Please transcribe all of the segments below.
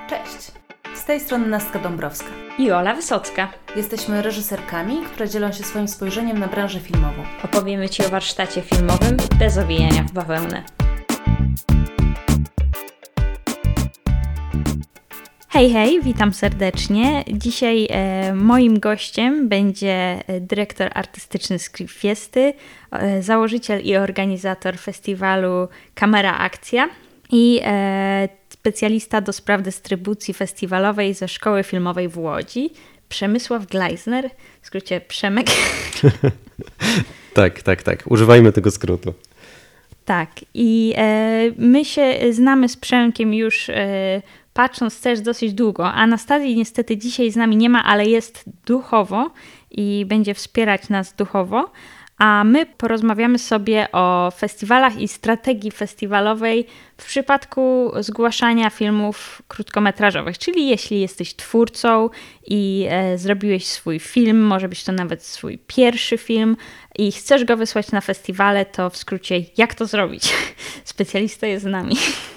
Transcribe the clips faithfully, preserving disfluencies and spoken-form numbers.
Cześć! Z tej strony Nastka Dąbrowska i Ola Wysocka. Jesteśmy reżyserkami, które dzielą się swoim spojrzeniem na branżę filmową. Opowiemy Ci o warsztacie filmowym bez owijania w bawełnę. Hej, hej, witam serdecznie. Dzisiaj e, moim gościem będzie dyrektor artystyczny Script Fiesty, e, założyciel i organizator festiwalu Kamera Akcja i e, specjalista do spraw dystrybucji festiwalowej ze Szkoły Filmowej w Łodzi, Przemysław Gleisner, w skrócie Przemek. Tak, tak, tak. Używajmy tego skrótu. Tak. I e, my się znamy z Przemkiem już e, patrząc też dosyć długo. Anastazji niestety dzisiaj z nami nie ma, ale jest duchowo i będzie wspierać nas duchowo. A my porozmawiamy sobie o festiwalach i strategii festiwalowej w przypadku zgłaszania filmów krótkometrażowych. Czyli jeśli jesteś twórcą i e, zrobiłeś swój film, może być to nawet swój pierwszy film i chcesz go wysłać na festiwale, to w skrócie jak to zrobić? Specjalista jest z nami.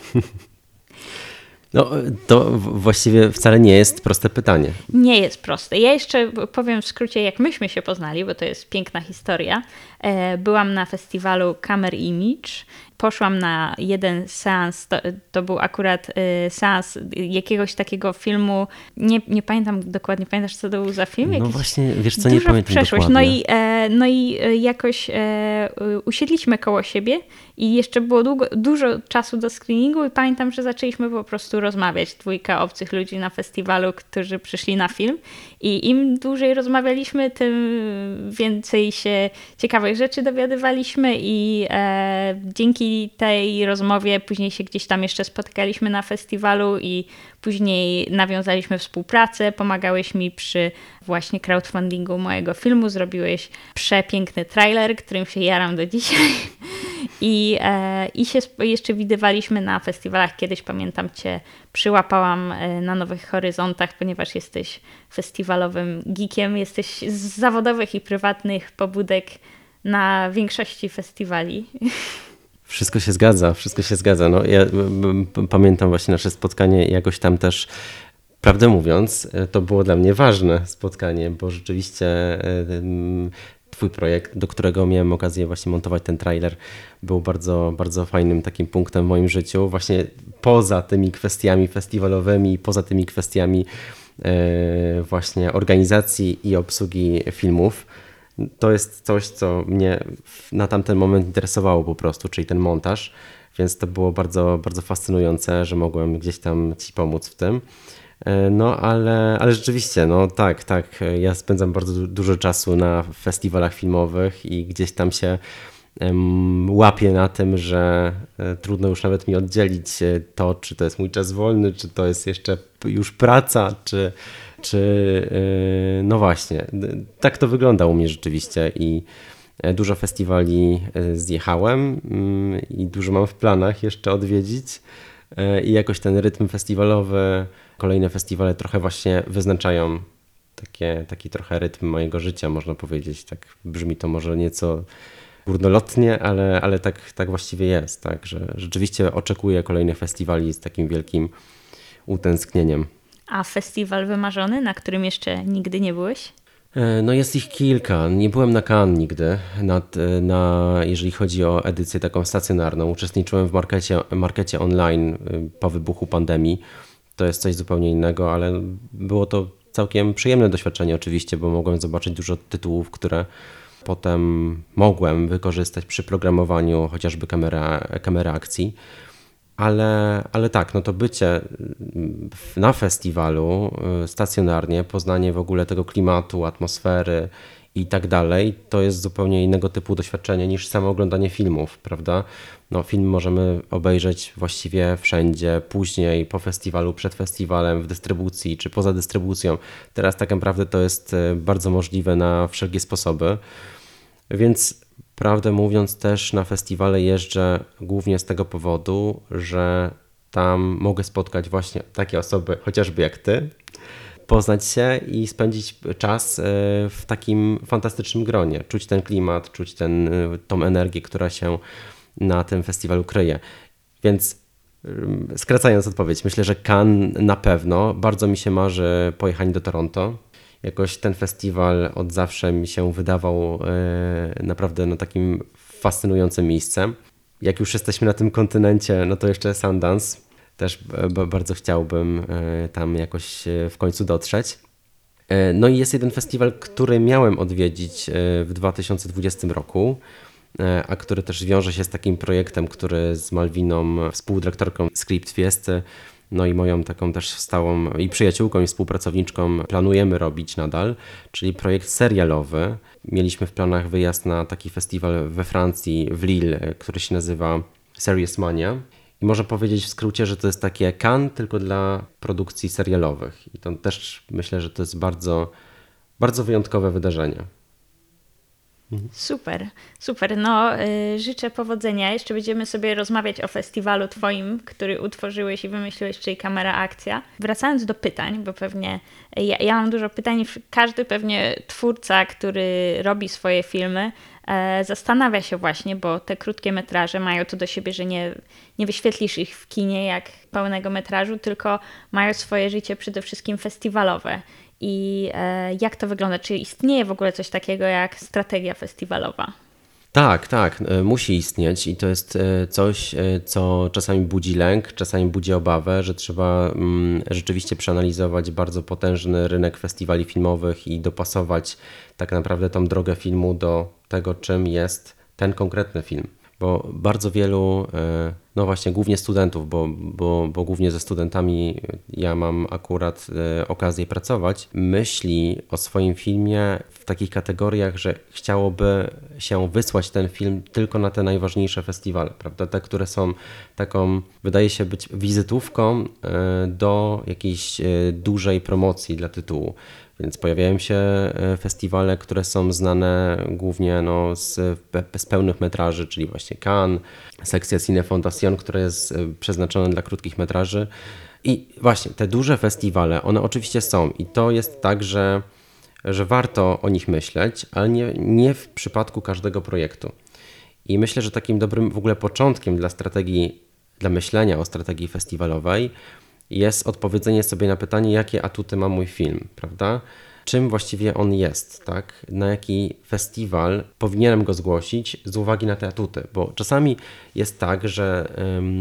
No to właściwie wcale nie jest proste pytanie. Nie jest proste. Ja jeszcze powiem w skrócie, jak myśmy się poznali, bo to jest piękna historia. Byłam na festiwalu Camera Image. Poszłam na jeden seans, to, to był akurat y, seans jakiegoś takiego filmu, nie, nie pamiętam dokładnie, pamiętasz co to był za film? Jakiś no właśnie, wiesz co, nie pamiętam przeszłość. dokładnie. No i, e, no i jakoś e, usiedliśmy koło siebie i jeszcze było długo, dużo czasu do screeningu i pamiętam, że zaczęliśmy po prostu rozmawiać, dwójka obcych ludzi na festiwalu, którzy przyszli na film i im dłużej rozmawialiśmy, tym więcej się ciekawych rzeczy dowiadywaliśmy i e, dzięki tej rozmowie później się gdzieś tam jeszcze spotykaliśmy na festiwalu i później nawiązaliśmy współpracę, pomagałeś mi przy właśnie crowdfundingu mojego filmu, zrobiłeś przepiękny trailer, którym się jaram do dzisiaj i, e, i się jeszcze widywaliśmy na festiwalach. Kiedyś, pamiętam Cię, przyłapałam na Nowych Horyzontach, ponieważ jesteś festiwalowym geekiem, jesteś z zawodowych i prywatnych pobudek na większości festiwali. Wszystko się zgadza, wszystko się zgadza. No, ja p- pamiętam właśnie nasze spotkanie i jakoś tam też, prawdę mówiąc, to było dla mnie ważne spotkanie, bo rzeczywiście y, twój projekt, do którego miałem okazję właśnie montować ten trailer, był bardzo, bardzo fajnym takim punktem w moim życiu. Właśnie poza tymi kwestiami festiwalowymi, poza tymi kwestiami y, właśnie organizacji i obsługi filmów. To jest coś, co mnie na tamten moment interesowało po prostu, czyli ten montaż, więc to było bardzo, bardzo fascynujące, że mogłem gdzieś tam Ci pomóc w tym. No ale, ale rzeczywiście, no tak, tak, ja spędzam bardzo dużo czasu na festiwalach filmowych i gdzieś tam się um, łapię na tym, że trudno już nawet mi oddzielić to, czy to jest mój czas wolny, czy to jest jeszcze już praca, czy... Czy, no właśnie, tak to wygląda u mnie rzeczywiście i dużo festiwali zjechałem i dużo mam w planach jeszcze odwiedzić i jakoś ten rytm festiwalowy, kolejne festiwale trochę właśnie wyznaczają takie, taki trochę rytm mojego życia, można powiedzieć. Tak brzmi to może nieco górnolotnie, ale, ale tak, tak właściwie jest, tak, że rzeczywiście oczekuję kolejnych festiwali z takim wielkim utęsknieniem. A festiwal wymarzony, na którym jeszcze nigdy nie byłeś? No jest ich kilka. Nie byłem na Cannes nigdy, na, na, jeżeli chodzi o edycję taką stacjonarną. Uczestniczyłem w markecie, markecie online po wybuchu pandemii. To jest coś zupełnie innego, ale było to całkiem przyjemne doświadczenie oczywiście, bo mogłem zobaczyć dużo tytułów, które potem mogłem wykorzystać przy programowaniu chociażby kamera, kamery akcji. Ale, ale tak, no to bycie na festiwalu stacjonarnie, poznanie w ogóle tego klimatu, atmosfery i tak dalej, to jest zupełnie innego typu doświadczenie niż samo oglądanie filmów, prawda? No, film możemy obejrzeć właściwie wszędzie, później po festiwalu, przed festiwalem, w dystrybucji czy poza dystrybucją. Teraz tak naprawdę to jest bardzo możliwe na wszelkie sposoby, więc prawdę mówiąc też na festiwale jeżdżę głównie z tego powodu, że tam mogę spotkać właśnie takie osoby, chociażby jak ty, poznać się i spędzić czas w takim fantastycznym gronie. Czuć ten klimat, czuć ten, tą energię, która się na tym festiwalu kryje. Więc skracając odpowiedź, myślę, że Cannes na pewno. Bardzo mi się marzy pojechanie do Toronto. Jakoś ten festiwal od zawsze mi się wydawał naprawdę no, takim fascynującym miejscem. Jak już jesteśmy na tym kontynencie, no to jeszcze Sundance. Też bardzo chciałbym tam jakoś w końcu dotrzeć. No i jest jeden festiwal, który miałem odwiedzić w dwa tysiące dwudziestym roku, a który też wiąże się z takim projektem, który z Malwiną, współdyrektorką Script Fiesty, no i moją taką też stałą i przyjaciółką i współpracowniczką planujemy robić nadal, czyli projekt serialowy. Mieliśmy w planach wyjazd na taki festiwal we Francji, w Lille, który się nazywa Serious Mania. I można powiedzieć w skrócie, że to jest takie Cannes tylko dla produkcji serialowych. I to też myślę, że to jest bardzo, bardzo wyjątkowe wydarzenie. Super, super. No y, życzę powodzenia. Jeszcze będziemy sobie rozmawiać o festiwalu twoim, który utworzyłeś i wymyśliłeś, czyli Kamera Akcja. Wracając do pytań, bo pewnie ja, ja mam dużo pytań. Każdy pewnie twórca, który robi swoje filmy, e, zastanawia się właśnie, bo te krótkie metraże mają to do siebie, że nie, nie wyświetlisz ich w kinie jak pełnego metrażu, tylko mają swoje życie przede wszystkim festiwalowe. I e, jak to wygląda? Czy istnieje w ogóle coś takiego jak strategia festiwalowa? Tak, tak, musi istnieć i to jest coś, co czasami budzi lęk, czasami budzi obawę, że trzeba rzeczywiście przeanalizować bardzo potężny rynek festiwali filmowych i dopasować tak naprawdę tą drogę filmu do tego, czym jest ten konkretny film. Bo bardzo wielu, no właśnie głównie studentów, bo, bo, bo głównie ze studentami ja mam akurat okazję pracować, myśli o swoim filmie w takich kategoriach, że chciałoby się wysłać ten film tylko na te najważniejsze festiwale, prawda? Te, które są taką, wydaje się być wizytówką do jakiejś dużej promocji dla tytułu. Więc pojawiają się festiwale, które są znane głównie no, z, z pełnych metraży, czyli właśnie Cannes, sekcja Cine Fondation, która jest przeznaczona dla krótkich metraży. I właśnie te duże festiwale, one oczywiście są i to jest tak, że, że warto o nich myśleć, ale nie, nie w przypadku każdego projektu. I myślę, że takim dobrym w ogóle początkiem dla strategii, dla myślenia o strategii festiwalowej jest odpowiedzenie sobie na pytanie, jakie atuty ma mój film, prawda? Czym właściwie on jest, tak? Na jaki festiwal powinienem go zgłosić z uwagi na te atuty, bo czasami jest tak, że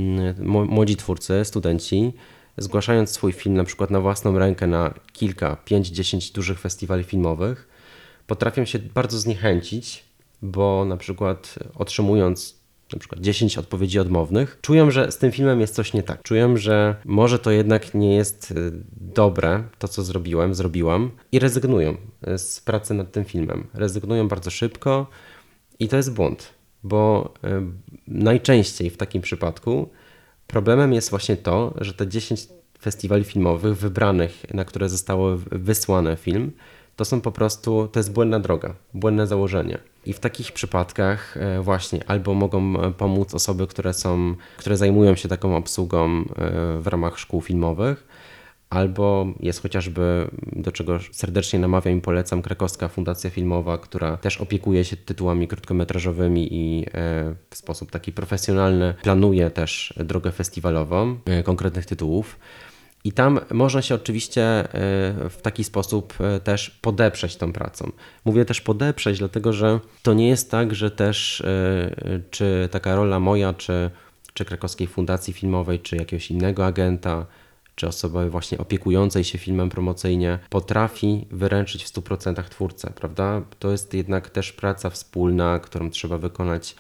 um, młodzi twórcy, studenci, zgłaszając swój film na przykład na własną rękę na kilka, pięć, dziesięć dużych festiwali filmowych, potrafią się bardzo zniechęcić, bo na przykład otrzymując na przykład dziesięć odpowiedzi odmownych, czują, że z tym filmem jest coś nie tak. Czują, że może to jednak nie jest dobre, to co zrobiłem, zrobiłam i rezygnują z pracy nad tym filmem. Rezygnują bardzo szybko i to jest błąd, bo najczęściej w takim przypadku problemem jest właśnie to, że te dziesięć festiwali filmowych wybranych, na które zostało wysłane film, to są po prostu, to jest błędna droga, błędne założenie. I w takich przypadkach właśnie albo mogą pomóc osoby, które są, które zajmują się taką obsługą w ramach szkół filmowych, albo jest chociażby, do czego serdecznie namawiam i polecam, Krakowska Fundacja Filmowa, która też opiekuje się tytułami krótkometrażowymi i w sposób taki profesjonalny planuje też drogę festiwalową konkretnych tytułów. I tam można się oczywiście w taki sposób też podeprzeć tą pracą. Mówię też podeprzeć, dlatego że to nie jest tak, że też czy taka rola moja, czy, czy Krakowskiej Fundacji Filmowej, czy jakiegoś innego agenta, czy osoby właśnie opiekującej się filmem promocyjnie potrafi wyręczyć w stu procentach twórcę, prawda? To jest jednak też praca wspólna, którą trzeba wykonać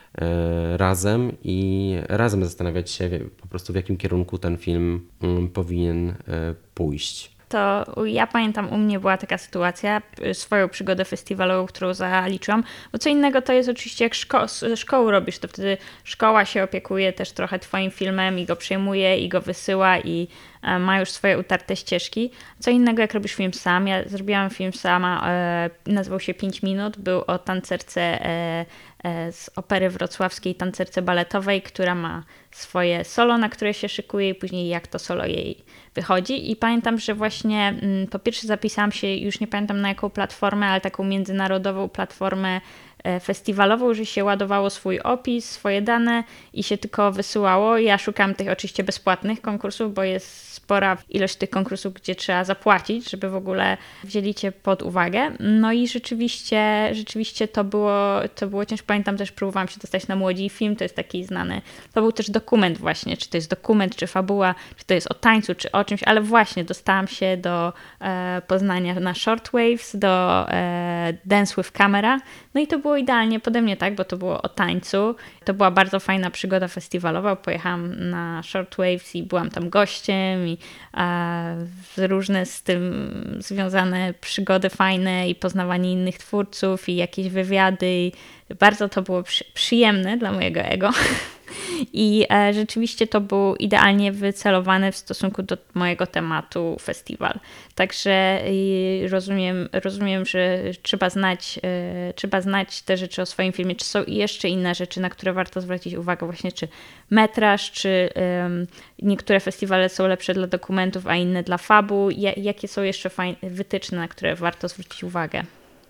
razem i razem zastanawiać się po prostu w jakim kierunku ten film powinien pójść. To ja pamiętam, u mnie była taka sytuacja, swoją przygodę festiwalową, którą zaliczyłam, bo co innego to jest oczywiście jak szko- ze szkoły robisz, to wtedy szkoła się opiekuje też trochę twoim filmem i go przejmuje i go wysyła i e, ma już swoje utarte ścieżki. Co innego jak robisz film sam. Ja zrobiłam film sama, e, nazywał się pięć minut, był o tancerce e, e, z opery wrocławskiej, tancerce baletowej, która ma swoje solo, na które się szykuje i później jak to solo jej wychodzi. I pamiętam, że właśnie mm, po pierwsze zapisałam się, już nie pamiętam na jaką platformę, ale taką międzynarodową platformę festiwalową, że się ładowało swój opis, swoje dane i się tylko wysyłało. Ja szukam tych oczywiście bezpłatnych konkursów, bo jest spora ilość tych konkursów, gdzie trzeba zapłacić, żeby w ogóle wzięli cię pod uwagę. No i rzeczywiście, rzeczywiście to było, to było ciężko. Pamiętam też, próbowałam się dostać na Młodzi Film, to jest taki znany, to był też dokument właśnie, czy to jest dokument, czy fabuła, czy to jest o tańcu, czy o czymś, ale właśnie dostałam się do e, Poznania na Shortwaves, do e, Dance with Camera, no i to było idealnie pode mnie, tak, bo to było o tańcu. To była bardzo fajna przygoda festiwalowa. Pojechałam na Shortwaves i byłam tam gościem i e, różne z tym związane przygody fajne i poznawanie innych twórców i jakieś wywiady. I bardzo to było przy, przyjemne dla mojego ego. I e, rzeczywiście to był idealnie wycelowany w stosunku do mojego tematu festiwal. Także y, rozumiem, rozumiem, że trzeba znać, y, trzeba znać te rzeczy o swoim filmie. Czy są jeszcze inne rzeczy, na które warto zwrócić uwagę, właśnie czy metraż, czy y, niektóre festiwale są lepsze dla dokumentów, a inne dla fabuł. Ja, jakie są jeszcze fajne wytyczne, na które warto zwrócić uwagę?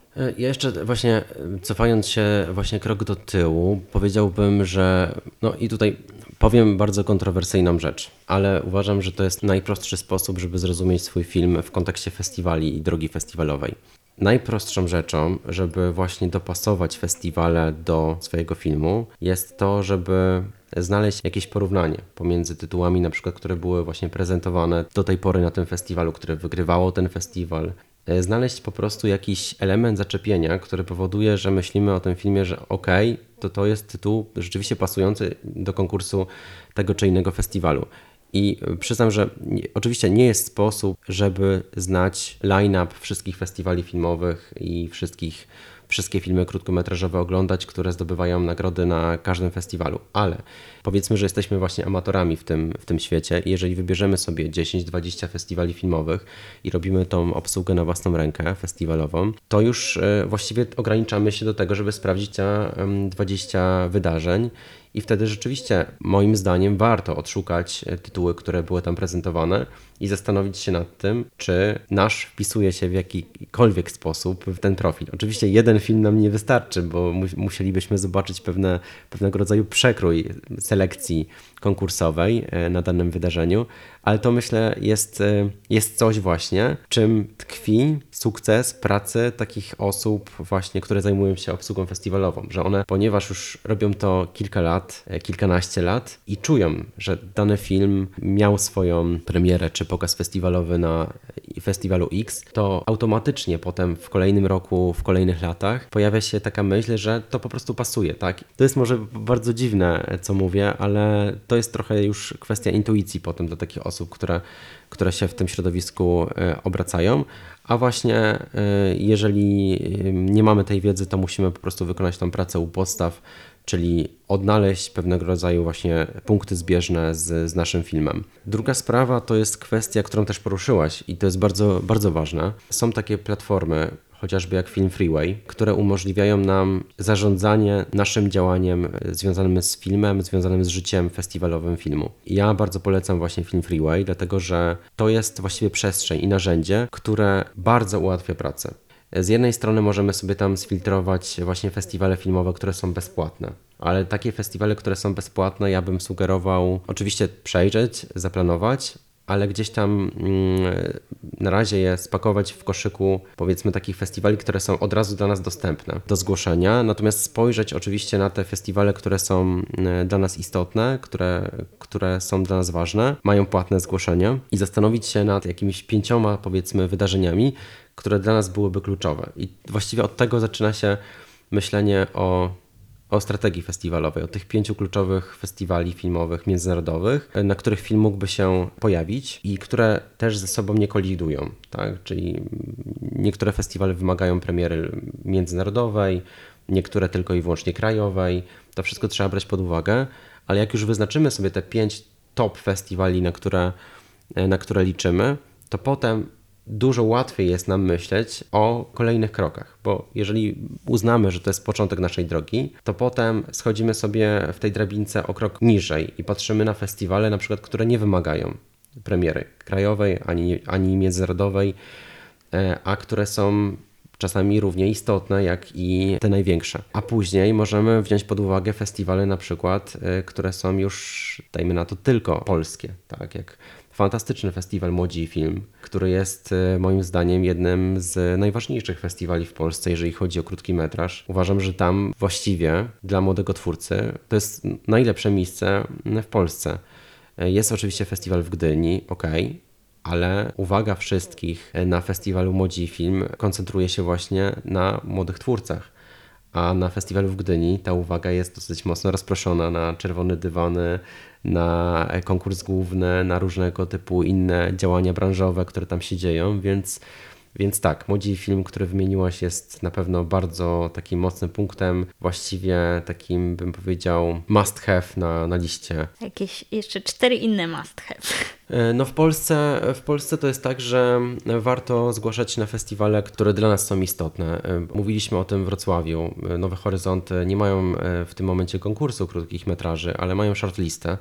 Ja jeszcze właśnie cofając się właśnie krok do tyłu, powiedziałbym, że no i tutaj powiem bardzo kontrowersyjną rzecz, ale uważam, że to jest najprostszy sposób, żeby zrozumieć swój film w kontekście festiwali i drogi festiwalowej. Najprostszą rzeczą, żeby właśnie dopasować festiwale do swojego filmu, jest to, żeby znaleźć jakieś porównanie pomiędzy tytułami, na przykład, które były właśnie prezentowane do tej pory na tym festiwalu, które wygrywało ten festiwal. Znaleźć po prostu jakiś element zaczepienia, który powoduje, że myślimy o tym filmie, że okej, okay, to to jest tytuł rzeczywiście pasujący do konkursu tego czy innego festiwalu. I przyznam, że nie, oczywiście nie jest sposób, żeby znać line-up wszystkich festiwali filmowych i wszystkich, wszystkie filmy krótkometrażowe oglądać, które zdobywają nagrody na każdym festiwalu, ale powiedzmy, że jesteśmy właśnie amatorami w tym, w tym świecie i jeżeli wybierzemy sobie dziesięć dwadzieścia festiwali filmowych i robimy tą obsługę na własną rękę festiwalową, to już właściwie ograniczamy się do tego, żeby sprawdzić te dwadzieścia wydarzeń. I wtedy rzeczywiście moim zdaniem warto odszukać tytuły, które były tam prezentowane i zastanowić się nad tym, czy nasz wpisuje się w jakikolwiek sposób w ten profil. Oczywiście jeden film nam nie wystarczy, bo mu- musielibyśmy zobaczyć pewne, pewnego rodzaju przekrój selekcji konkursowej na danym wydarzeniu, ale to myślę jest, jest coś właśnie, czym tkwi sukces pracy takich osób właśnie, które zajmują się obsługą festiwalową, że one, ponieważ już robią to kilka lat, kilkanaście lat i czują, że dany film miał swoją premierę czy pokaz festiwalowy na festiwalu X, to automatycznie potem w kolejnym roku, w kolejnych latach pojawia się taka myśl, że to po prostu pasuje, tak? To jest może bardzo dziwne, co mówię, ale to jest trochę już kwestia intuicji potem dla takich osób, które, które się w tym środowisku obracają, a właśnie jeżeli nie mamy tej wiedzy, to musimy po prostu wykonać tą pracę u podstaw, czyli odnaleźć pewnego rodzaju właśnie punkty zbieżne z, z naszym filmem. Druga sprawa to jest kwestia, którą też poruszyłaś i to jest bardzo, bardzo ważne. Są takie platformy, chociażby jak Film Freeway, które umożliwiają nam zarządzanie naszym działaniem związanym z filmem, związanym z życiem festiwalowym filmu. Ja bardzo polecam właśnie Film Freeway, dlatego że to jest właściwie przestrzeń i narzędzie, które bardzo ułatwia pracę. Z jednej strony możemy sobie tam sfiltrować właśnie festiwale filmowe, które są bezpłatne, ale takie festiwale, które są bezpłatne, ja bym sugerował oczywiście przejrzeć, zaplanować, ale gdzieś tam mm, na razie je spakować w koszyku, powiedzmy, takich festiwali, które są od razu dla nas dostępne do zgłoszenia, natomiast spojrzeć oczywiście na te festiwale, które są dla nas istotne, które, które są dla nas ważne, mają płatne zgłoszenia i zastanowić się nad jakimiś pięcioma, powiedzmy, wydarzeniami, które dla nas byłyby kluczowe. I właściwie od tego zaczyna się myślenie o o strategii festiwalowej, o tych pięciu kluczowych festiwali filmowych międzynarodowych, na których film mógłby się pojawić i które też ze sobą nie kolidują, tak? Czyli niektóre festiwale wymagają premiery międzynarodowej, niektóre tylko i wyłącznie krajowej. To wszystko trzeba brać pod uwagę, ale jak już wyznaczymy sobie te pięć top festiwali, na które, na które liczymy, to potem dużo łatwiej jest nam myśleć o kolejnych krokach, bo jeżeli uznamy, że to jest początek naszej drogi, to potem schodzimy sobie w tej drabince o krok niżej i patrzymy na festiwale, na przykład, które nie wymagają premiery krajowej ani, ani międzynarodowej, a które są czasami równie istotne jak i te największe. A później możemy wziąć pod uwagę festiwale na przykład, które są już, dajmy na to, tylko polskie, tak jak fantastyczny festiwal Młodzi i Film, który jest moim zdaniem jednym z najważniejszych festiwali w Polsce, jeżeli chodzi o krótki metraż. Uważam, że tam właściwie dla młodego twórcy to jest najlepsze miejsce w Polsce. Jest oczywiście festiwal w Gdyni, okej, okay, ale uwaga wszystkich na festiwalu Młodzi i Film koncentruje się właśnie na młodych twórcach. A na festiwalu w Gdyni ta uwaga jest dosyć mocno rozproszona na czerwone dywany, na konkurs główny, na różnego typu inne działania branżowe, które tam się dzieją, więc, więc tak, Młodzi i Film, który wymieniłaś, jest na pewno bardzo takim mocnym punktem, właściwie takim, bym powiedział, must have na, na liście. Jakieś jeszcze cztery inne must have. No w Polsce, w Polsce to jest tak, że warto zgłaszać się na festiwale, które dla nas są istotne. Mówiliśmy o tym w Wrocławiu. Nowe Horyzonty nie mają w tym momencie konkursu krótkich metraży, ale mają shortlistę.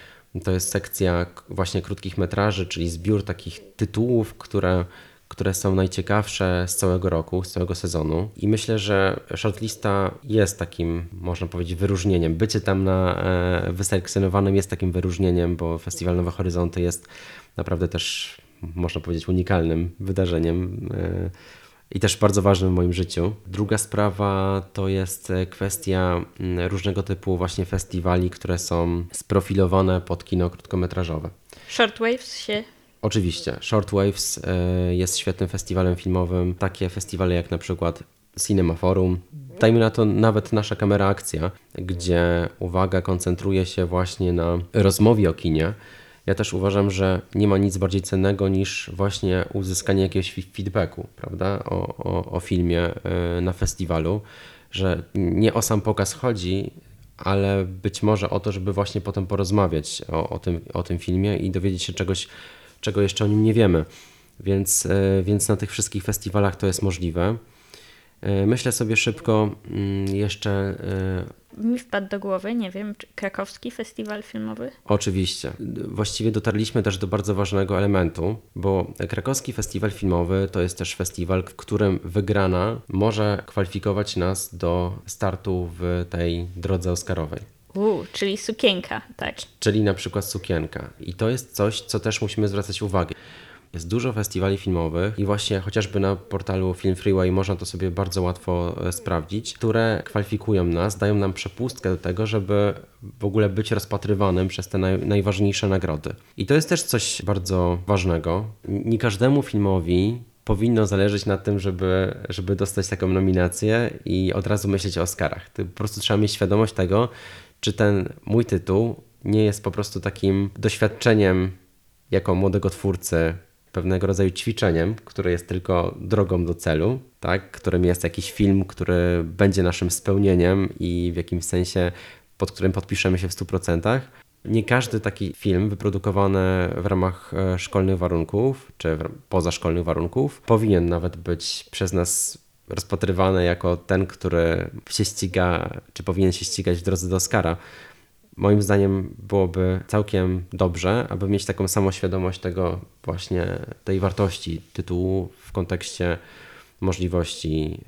To jest sekcja właśnie krótkich metraży, czyli zbiór takich tytułów, które które są najciekawsze z całego roku, z całego sezonu. I myślę, że shortlista jest takim, można powiedzieć, wyróżnieniem. Bycie tam na e, wyselekcjonowanym jest takim wyróżnieniem, bo Festiwal Nowe Horyzonty jest naprawdę też, można powiedzieć, unikalnym wydarzeniem e, i też bardzo ważnym w moim życiu. Druga sprawa to jest kwestia różnego typu właśnie festiwali, które są sprofilowane pod kino krótkometrażowe. Shortwaves się... Oczywiście. Shortwaves jest świetnym festiwalem filmowym. Takie festiwale jak na przykład Cinema Forum. Dajmy na to nawet Nasza Kamera Akcja, gdzie uwaga koncentruje się właśnie na rozmowie o kinie. Ja też uważam, że nie ma nic bardziej cennego niż właśnie uzyskanie jakiegoś feedbacku, prawda, o, o, o filmie na festiwalu, że nie o sam pokaz chodzi, ale być może o to, żeby właśnie potem porozmawiać o, o, tym, o tym filmie i dowiedzieć się czegoś, czego jeszcze o nim nie wiemy. Więc, więc na tych wszystkich festiwalach to jest możliwe. Myślę sobie szybko jeszcze... Mi wpadł do głowy, nie wiem, czy krakowski festiwal filmowy? Oczywiście. Właściwie dotarliśmy też do bardzo ważnego elementu, bo krakowski festiwal filmowy to jest też festiwal, w którym wygrana może kwalifikować nas do startu w tej drodze oscarowej. Uuu, czyli sukienka, tak. Czyli na przykład sukienka. I to jest coś, co też musimy zwracać uwagę. Jest dużo festiwali filmowych i właśnie chociażby na portalu Film Freeway można to sobie bardzo łatwo sprawdzić, które kwalifikują nas, dają nam przepustkę do tego, żeby w ogóle być rozpatrywanym przez te naj, najważniejsze nagrody. I to jest też coś bardzo ważnego. Nie każdemu filmowi powinno zależeć na tym, żeby, żeby dostać taką nominację i od razu myśleć o Oscarach. To po prostu trzeba mieć świadomość tego, czy ten mój tytuł nie jest po prostu takim doświadczeniem jako młodego twórcy, pewnego rodzaju ćwiczeniem, które jest tylko drogą do celu, tak? Którym jest jakiś film, który będzie naszym spełnieniem i w jakimś sensie, pod którym podpiszemy się w stu procentach. Nie każdy taki film wyprodukowany w ramach szkolnych warunków, czy pozaszkolnych warunków, powinien nawet być przez nas rozpatrywany jako ten, który się ściga, czy powinien się ścigać w drodze do Oscara. Moim zdaniem byłoby całkiem dobrze, aby mieć taką samą świadomość tego właśnie, tej wartości tytułu w kontekście możliwości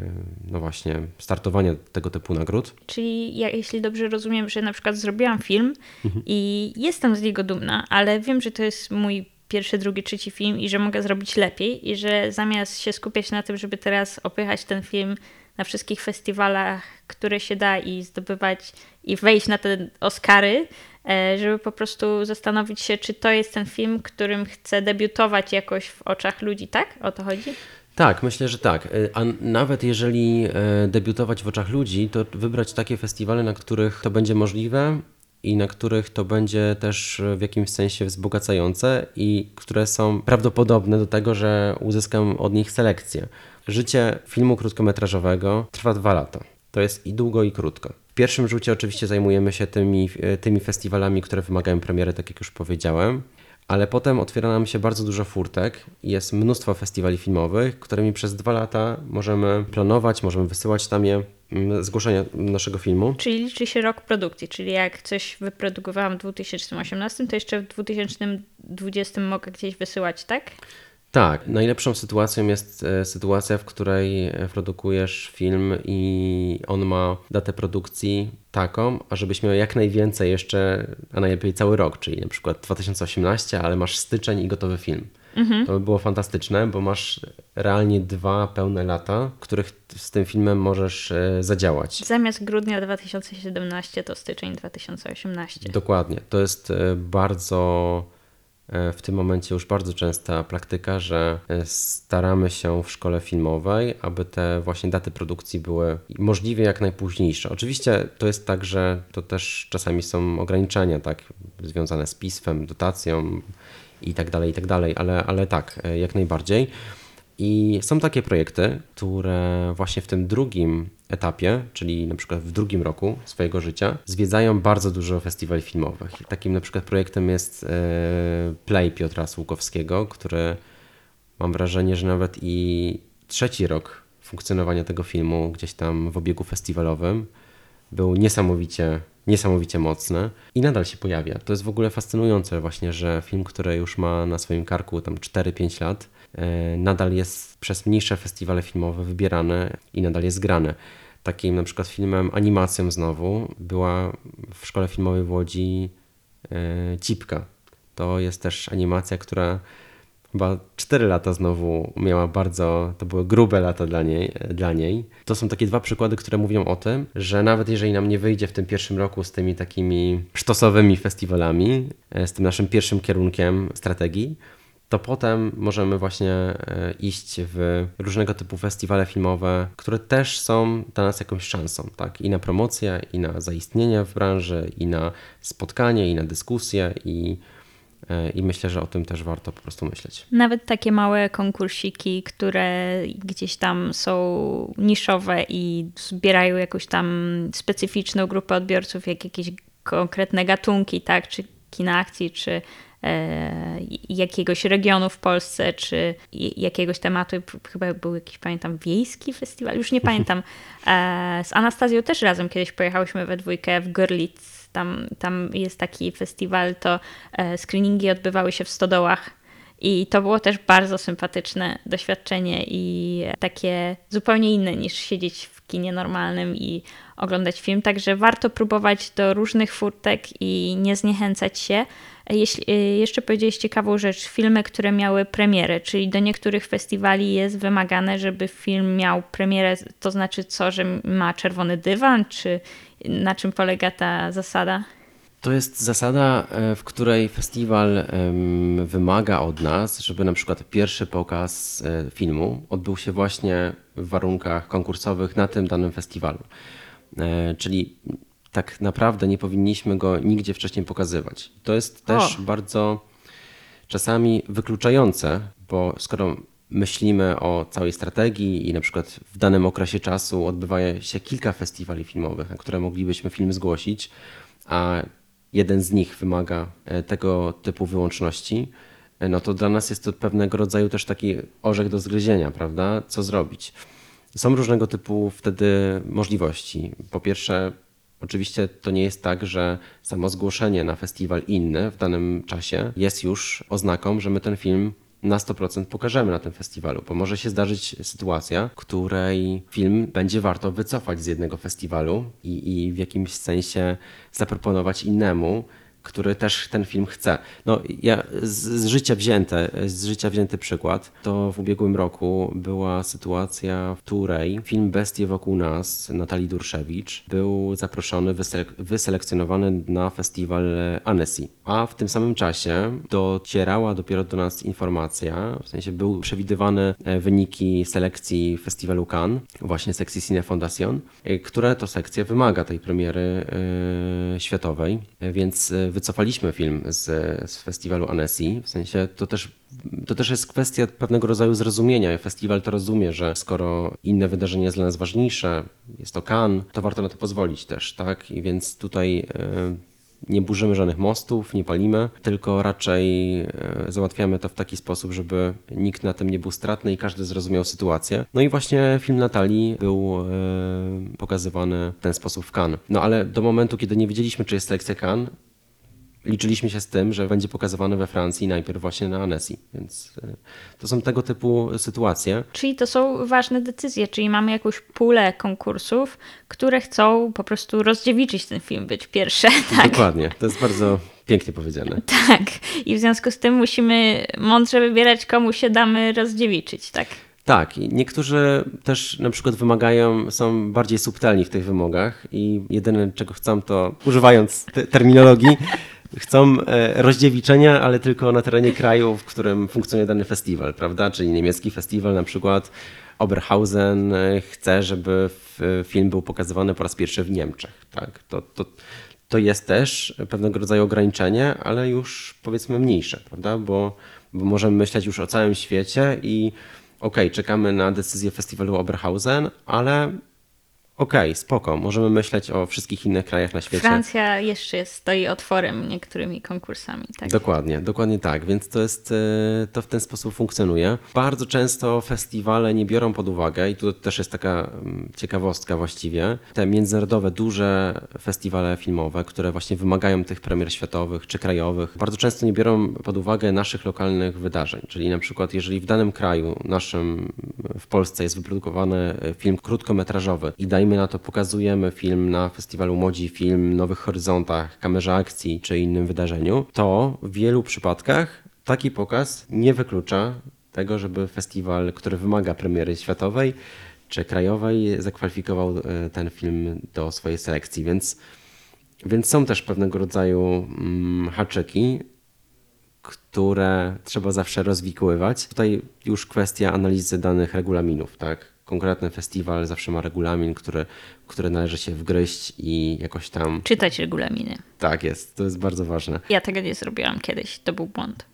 no właśnie startowania tego typu nagród. Czyli ja, jeśli dobrze rozumiem, że na przykład zrobiłam film mhm. i jestem z niego dumna, ale wiem, że to jest mój pierwszy, drugi, trzeci film i że mogę zrobić lepiej i że zamiast się skupiać na tym, żeby teraz opychać ten film na wszystkich festiwalach, które się da i zdobywać i wejść na te Oscary, żeby po prostu zastanowić się, czy to jest ten film, którym chcę debiutować jakoś w oczach ludzi, tak? O to chodzi? Tak, myślę, że tak. A nawet jeżeli debiutować w oczach ludzi, to wybrać takie festiwale, na których to będzie możliwe i na których to będzie też w jakimś sensie wzbogacające i które są prawdopodobne do tego, że uzyskam od nich selekcję. Życie filmu krótkometrażowego trwa dwa lata. To jest i długo, i krótko. W pierwszym rzucie oczywiście zajmujemy się tymi, tymi festiwalami, które wymagają premiery, tak jak już powiedziałem, ale potem otwiera nam się bardzo dużo furtek i jest mnóstwo festiwali filmowych, którymi przez dwa lata możemy planować, możemy wysyłać tam je, zgłoszenia naszego filmu. Czyli liczy się rok produkcji, czyli jak coś wyprodukowałam w dwa tysiące osiemnastym, to jeszcze w dwa tysiące dwudziestym mogę gdzieś wysyłać, tak? Tak, najlepszą sytuacją jest e, sytuacja, w której e, produkujesz film i on ma datę produkcji taką, ażebyś miał jak najwięcej jeszcze, a najlepiej cały rok, czyli na przykład dwa tysiące osiemnasty, ale masz styczeń i gotowy film. Mhm. To by było fantastyczne, bo masz realnie dwa pełne lata, w których z tym filmem możesz e, zadziałać. Zamiast grudnia dwa tysiące siedemnastego to styczeń dwa tysiące osiemnasty. Dokładnie. To jest e, bardzo... w tym momencie już bardzo częsta praktyka, że staramy się w szkole filmowej, aby te właśnie daty produkcji były możliwie jak najpóźniejsze. Oczywiście to jest tak, że to też czasami są ograniczenia, tak, związane z pismem, dotacją i tak dalej, i tak dalej, ale, ale tak, jak najbardziej. I są takie projekty, które właśnie w tym drugim etapie, czyli na przykład w drugim roku swojego życia, zwiedzają bardzo dużo festiwali filmowych. Takim na przykład projektem jest Play Piotra Słukowskiego, który mam wrażenie, że nawet i trzeci rok funkcjonowania tego filmu gdzieś tam w obiegu festiwalowym był niesamowicie, niesamowicie mocny i nadal się pojawia. To jest w ogóle fascynujące właśnie, że film, który już ma na swoim karku tam cztery pięć lat, nadal jest przez mniejsze festiwale filmowe wybierany i nadal jest grany. Takim na przykład filmem, animacją znowu była w szkole filmowej w Łodzi e, Cipka. To jest też animacja, która chyba cztery lata znowu miała bardzo, to były grube lata dla niej, dla niej. To są takie dwa przykłady, które mówią o tym, że nawet jeżeli nam nie wyjdzie w tym pierwszym roku z tymi takimi sztosowymi festiwalami, z tym naszym pierwszym kierunkiem strategii, to potem możemy właśnie iść w różnego typu festiwale filmowe, które też są dla nas jakąś szansą, tak? I na promocję, i na zaistnienie w branży, i na spotkanie, i na dyskusję, i, i myślę, że o tym też warto po prostu myśleć. Nawet takie małe konkursiki, które gdzieś tam są niszowe i zbierają jakąś tam specyficzną grupę odbiorców, jak jakieś konkretne gatunki, tak? Czy kina akcji, czy jakiegoś regionu w Polsce, czy jakiegoś tematu. Chyba był jakiś, pamiętam, wiejski festiwal, już nie pamiętam. Z Anastazją też razem kiedyś pojechałyśmy we dwójkę w Görlitz. Tam, tam jest taki festiwal, to screeningi odbywały się w stodołach i to było też bardzo sympatyczne doświadczenie i takie zupełnie inne niż siedzieć w kinie normalnym i oglądać film. Także warto próbować do różnych furtek i nie zniechęcać się. Jeśli, jeszcze powiedziałeś ciekawą rzecz, filmy, które miały premierę, czyli do niektórych festiwali jest wymagane, żeby film miał premierę, to znaczy co, że ma czerwony dywan, czy na czym polega ta zasada? To jest zasada, w której festiwal wymaga od nas, żeby na przykład pierwszy pokaz filmu odbył się właśnie w warunkach konkursowych na tym danym festiwalu. Czyli tak naprawdę nie powinniśmy go nigdzie wcześniej pokazywać. To jest też o. bardzo czasami wykluczające, bo skoro myślimy o całej strategii i na przykład w danym okresie czasu odbywa się kilka festiwali filmowych, na które moglibyśmy film zgłosić, a jeden z nich wymaga tego typu wyłączności, no to dla nas jest to pewnego rodzaju też taki orzech do zgryzienia, prawda? Co zrobić? Są różnego typu wtedy możliwości. Po pierwsze, oczywiście to nie jest tak, że samo zgłoszenie na festiwal inny w danym czasie jest już oznaką, że my ten film na sto procent pokażemy na tym festiwalu, bo może się zdarzyć sytuacja, w której film będzie warto wycofać z jednego festiwalu i, i w jakimś sensie zaproponować innemu, który też ten film chce. No ja z, z życia wzięte, z życia wzięty przykład, to w ubiegłym roku była sytuacja, w której film Bestie wokół nas Natalii Durszewicz był zaproszony, wysele- wyselekcjonowany na festiwal Annecy. A w tym samym czasie docierała dopiero do nas informacja, w sensie były przewidywane wyniki selekcji festiwalu Cannes, właśnie sekcji Cine Fondation, która to sekcja wymaga tej premiery yy, światowej, więc wycofaliśmy film z, z festiwalu Annecy, w sensie to też, to też jest kwestia pewnego rodzaju zrozumienia. Festiwal to rozumie, że skoro inne wydarzenie jest dla nas ważniejsze, jest to Cannes, to warto na to pozwolić też, tak? I więc tutaj yy, nie burzymy żadnych mostów, nie palimy, tylko raczej yy, załatwiamy to w taki sposób, żeby nikt na tym nie był stratny i każdy zrozumiał sytuację. No i właśnie film Natalii był yy, pokazywany w ten sposób w Cannes. No ale do momentu, kiedy nie wiedzieliśmy, czy jest selekcja Cannes, liczyliśmy się z tym, że będzie pokazywany we Francji najpierw właśnie na Annecy, więc to są tego typu sytuacje. Czyli to są ważne decyzje, czyli mamy jakąś pulę konkursów, które chcą po prostu rozdziewiczyć ten film, być pierwsze. Tak? Dokładnie, to jest bardzo pięknie powiedziane. Tak, i w związku z tym musimy mądrze wybierać, komu się damy rozdziewiczyć, tak? Tak, i niektórzy też na przykład wymagają, są bardziej subtelni w tych wymogach i jedyne czego chcą to, używając te terminologii, chcą rozdziewiczenia, ale tylko na terenie kraju, w którym funkcjonuje dany festiwal, prawda? Czyli niemiecki festiwal na przykład Oberhausen chce, żeby film był pokazywany po raz pierwszy w Niemczech. Tak? To, to, to jest też pewnego rodzaju ograniczenie, ale już powiedzmy mniejsze, prawda? Bo, bo możemy myśleć już o całym świecie i okej, okay, czekamy na decyzję festiwalu Oberhausen, ale okej, okay, spoko, możemy myśleć o wszystkich innych krajach na świecie. Francja jeszcze stoi otworem niektórymi konkursami. Tak? Dokładnie, dokładnie tak, więc to jest, to w ten sposób funkcjonuje. Bardzo często festiwale nie biorą pod uwagę i tu też jest taka ciekawostka właściwie, te międzynarodowe, duże festiwale filmowe, które właśnie wymagają tych premier światowych czy krajowych, bardzo często nie biorą pod uwagę naszych lokalnych wydarzeń, czyli na przykład jeżeli w danym kraju, naszym w Polsce jest wyprodukowany film krótkometrażowy i dajmy na to pokazujemy film na festiwalu Młodzi Film, Nowych Horyzontach, Kamerze Akcji czy innym wydarzeniu, to w wielu przypadkach taki pokaz nie wyklucza tego, żeby festiwal, który wymaga premiery światowej czy krajowej, zakwalifikował ten film do swojej selekcji, więc, więc są też pewnego rodzaju mm, haczyki, które trzeba zawsze rozwikływać. Tutaj już kwestia analizy danych regulaminów, tak? Konkretny festiwal zawsze ma regulamin, który, który należy się wgryźć i jakoś tam... Czytać regulaminy. Tak jest, to jest bardzo ważne. Ja tego nie zrobiłam kiedyś, to był błąd.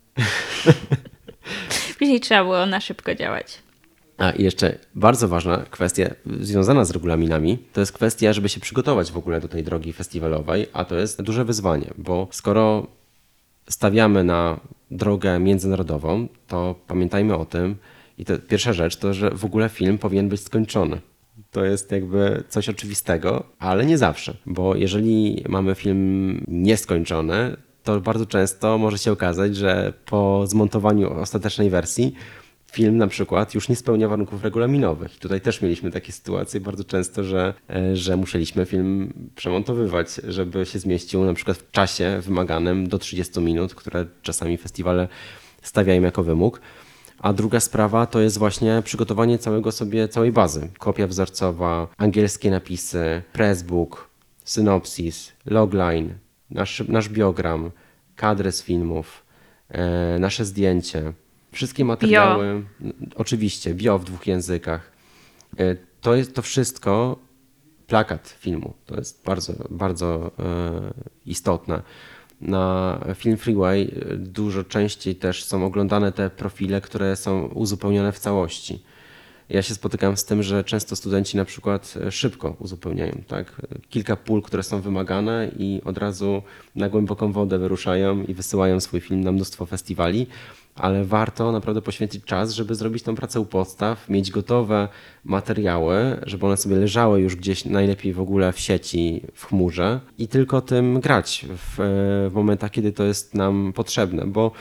Później trzeba było na szybko działać. A i jeszcze bardzo ważna kwestia związana z regulaminami, to jest kwestia, żeby się przygotować w ogóle do tej drogi festiwalowej, a to jest duże wyzwanie, bo skoro stawiamy na drogę międzynarodową, to pamiętajmy o tym, i to pierwsza rzecz to, że w ogóle film powinien być skończony. To jest jakby coś oczywistego, ale nie zawsze, bo jeżeli mamy film nieskończony, to bardzo często może się okazać, że po zmontowaniu ostatecznej wersji film na przykład już nie spełnia warunków regulaminowych. I tutaj też mieliśmy takie sytuacje bardzo często, że, że musieliśmy film przemontowywać, żeby się zmieścił na przykład w czasie wymaganym do trzydziestu minut, które czasami festiwale stawiają jako wymóg. A druga sprawa to jest właśnie przygotowanie całego sobie, całej bazy. Kopia wzorcowa, angielskie napisy, pressbook, synopsis, logline, nasz, nasz biogram, kadry z filmów, e, nasze zdjęcie, wszystkie materiały, bio. Oczywiście, bio w dwóch językach. E, to jest to wszystko plakat filmu. To jest bardzo, bardzo e, istotne. Na Film Freeway dużo częściej też są oglądane te profile, które są uzupełnione w całości. Ja się spotykam z tym, że często studenci na przykład szybko uzupełniają, tak? Kilka pól, które są wymagane i od razu na głęboką wodę wyruszają i wysyłają swój film na mnóstwo festiwali, ale warto naprawdę poświęcić czas, żeby zrobić tą pracę u podstaw, mieć gotowe materiały, żeby one sobie leżały już gdzieś najlepiej w ogóle w sieci, w chmurze i tylko tym grać w, w momentach, kiedy to jest nam potrzebne, bo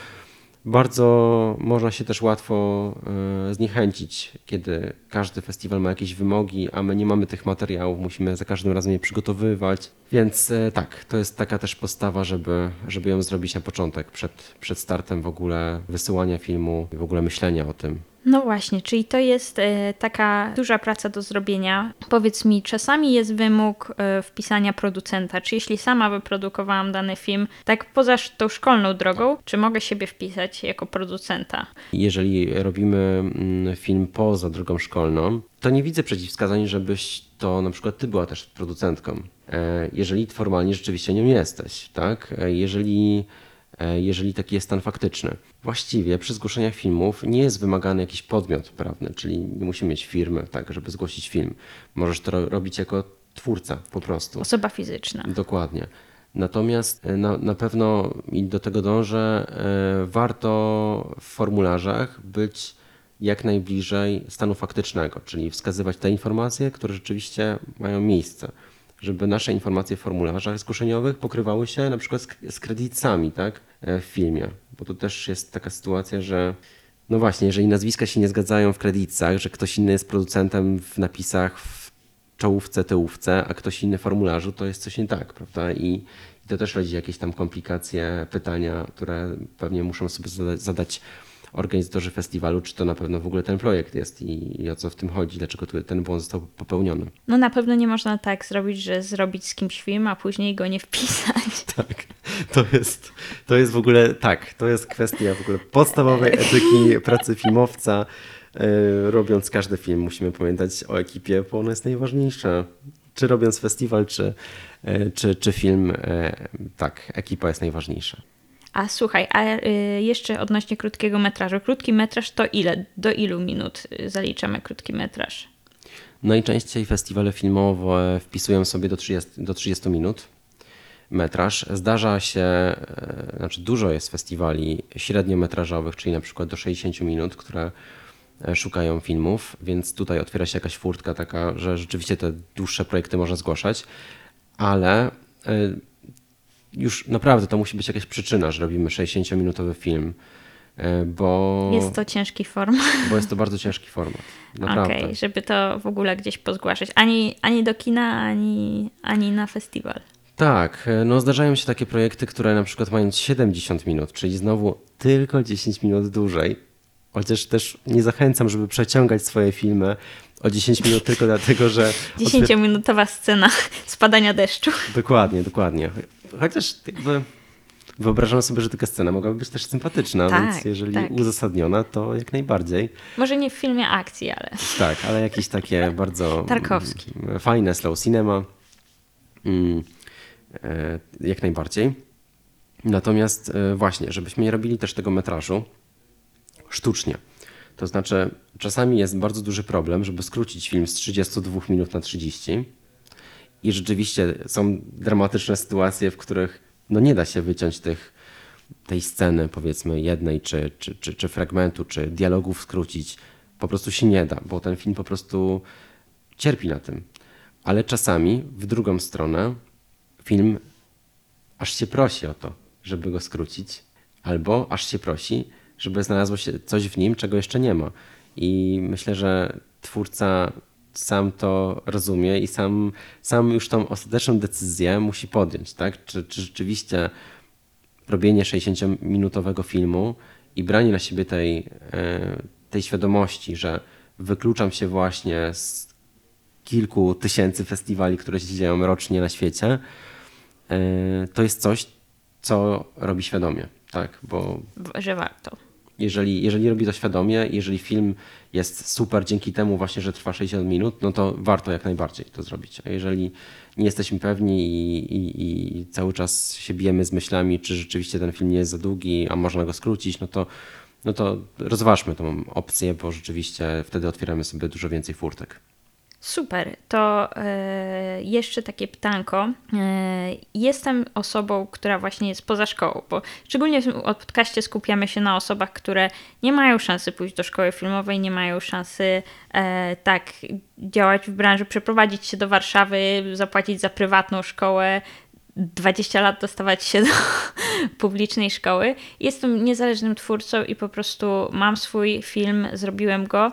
bardzo można się też łatwo zniechęcić, kiedy każdy festiwal ma jakieś wymogi, a my nie mamy tych materiałów, musimy za każdym razem je przygotowywać. Więc tak, to jest taka też postawa, żeby, żeby ją zrobić na początek, przed, przed startem w ogóle wysyłania filmu i w ogóle myślenia o tym. No właśnie, czyli to jest e, taka duża praca do zrobienia. Powiedz mi, czasami jest wymóg e, wpisania producenta. Czy jeśli sama wyprodukowałam dany film, tak poza tą szkolną drogą, czy mogę siebie wpisać jako producenta? Jeżeli robimy film poza drogą szkolną, to nie widzę przeciwwskazań, żebyś to na przykład ty była też producentką. E, jeżeli formalnie rzeczywiście nią jesteś, tak? E, jeżeli... jeżeli taki jest stan faktyczny. Właściwie przy zgłoszeniach filmów nie jest wymagany jakiś podmiot prawny, czyli nie musimy mieć firmy, tak, żeby zgłosić film. Możesz to ro- robić jako twórca po prostu. Osoba fizyczna. Dokładnie. Natomiast na, na pewno i do tego dążę, e, warto w formularzach być jak najbliżej stanu faktycznego, czyli wskazywać te informacje, które rzeczywiście mają miejsce żeby nasze informacje w formularzach zgłoszeniowych pokrywały się na przykład z, z kredytami, tak, w filmie. Bo to też jest taka sytuacja, że no właśnie, jeżeli nazwiska się nie zgadzają w kredytach, że ktoś inny jest producentem w napisach w czołówce, tyłówce, a ktoś inny w formularzu, to jest coś nie tak, prawda? I, i to też rodzi jakieś tam komplikacje, pytania, które pewnie muszą sobie zadać, zadać organizatorzy festiwalu, czy to na pewno w ogóle ten projekt jest i, i o co w tym chodzi, dlaczego tu ten błąd został popełniony. No na pewno nie można tak zrobić, że zrobić z kimś film, a później go nie wpisać. Tak, to jest, to jest w ogóle, tak, to jest kwestia w ogóle podstawowej etyki pracy filmowca. Robiąc każdy film musimy pamiętać o ekipie, bo ona jest najważniejsza. Czy robiąc festiwal, czy, czy, czy film, tak, ekipa jest najważniejsza. A słuchaj, a jeszcze odnośnie krótkiego metrażu. Krótki metraż to ile? Do ilu minut zaliczamy krótki metraż? Najczęściej festiwale filmowe wpisują sobie do trzydziestu, do trzydziestu minut metraż. Zdarza się, znaczy dużo jest festiwali średniometrażowych, czyli na przykład do sześćdziesięciu minut, które szukają filmów, więc tutaj otwiera się jakaś furtka taka, że rzeczywiście te dłuższe projekty można zgłaszać, ale już naprawdę to musi być jakaś przyczyna, że robimy sześćdziesięciominutowy film, bo... Jest to ciężki format. Bo jest to bardzo ciężki format, naprawdę. Okej, okay, żeby to w ogóle gdzieś pozgłaszać. Ani, ani do kina, ani, ani na festiwal. Tak, no zdarzają się takie projekty, które na przykład mają siedemdziesiąt minut, czyli znowu tylko dziesięć minut dłużej. Chociaż też nie zachęcam, żeby przeciągać swoje filmy o dziesięć minut tylko dlatego, że... dziesięciominutowa scena spadania deszczu. Dokładnie, dokładnie. Chociaż jakby wyobrażam sobie, że taka scena mogłaby być też sympatyczna, tak, więc jeżeli tak. uzasadniona, to jak najbardziej. Może nie w filmie akcji, ale... Tak, ale jakieś takie bardzo Tarkowski. fajne slow cinema. Mm, jak najbardziej. Natomiast właśnie, żebyśmy nie robili też tego metrażu sztucznie. To znaczy czasami jest bardzo duży problem, żeby skrócić film z trzydziestu dwóch minut na trzydzieści i rzeczywiście są dramatyczne sytuacje, w których no nie da się wyciąć tych, tej sceny powiedzmy jednej czy, czy, czy, czy fragmentu, czy dialogów skrócić. Po prostu się nie da, bo ten film po prostu cierpi na tym. Ale czasami w drugą stronę film aż się prosi o to, żeby go skrócić, albo aż się prosi, żeby znalazło się coś w nim, czego jeszcze nie ma. I myślę, że twórca sam to rozumie i sam, sam już tą ostateczną decyzję musi podjąć, tak? Czy, czy rzeczywiście robienie sześćdziesięciominutowego filmu i branie na siebie tej, tej świadomości, że wykluczam się właśnie z kilku tysięcy festiwali, które się dzieją rocznie na świecie, to jest coś, co robi świadomie, tak? Bo że warto. Jeżeli, jeżeli robi to świadomie, jeżeli film jest super dzięki temu właśnie, że trwa sześćdziesiąt minut, no to warto jak najbardziej to zrobić. A jeżeli nie jesteśmy pewni i, i, i cały czas się bijemy z myślami, czy rzeczywiście ten film nie jest za długi, a można go skrócić, no to, no to rozważmy tą opcję, bo rzeczywiście wtedy otwieramy sobie dużo więcej furtek. Super, to e, jeszcze takie pytanko. E, jestem osobą, która właśnie jest poza szkołą, bo szczególnie w tym podcaście skupiamy się na osobach, które nie mają szansy pójść do szkoły filmowej, nie mają szansy e, tak działać w branży, przeprowadzić się do Warszawy, zapłacić za prywatną szkołę, dwadzieścia lat dostawać się do publicznej szkoły. Jestem niezależnym twórcą i po prostu mam swój film, zrobiłem go.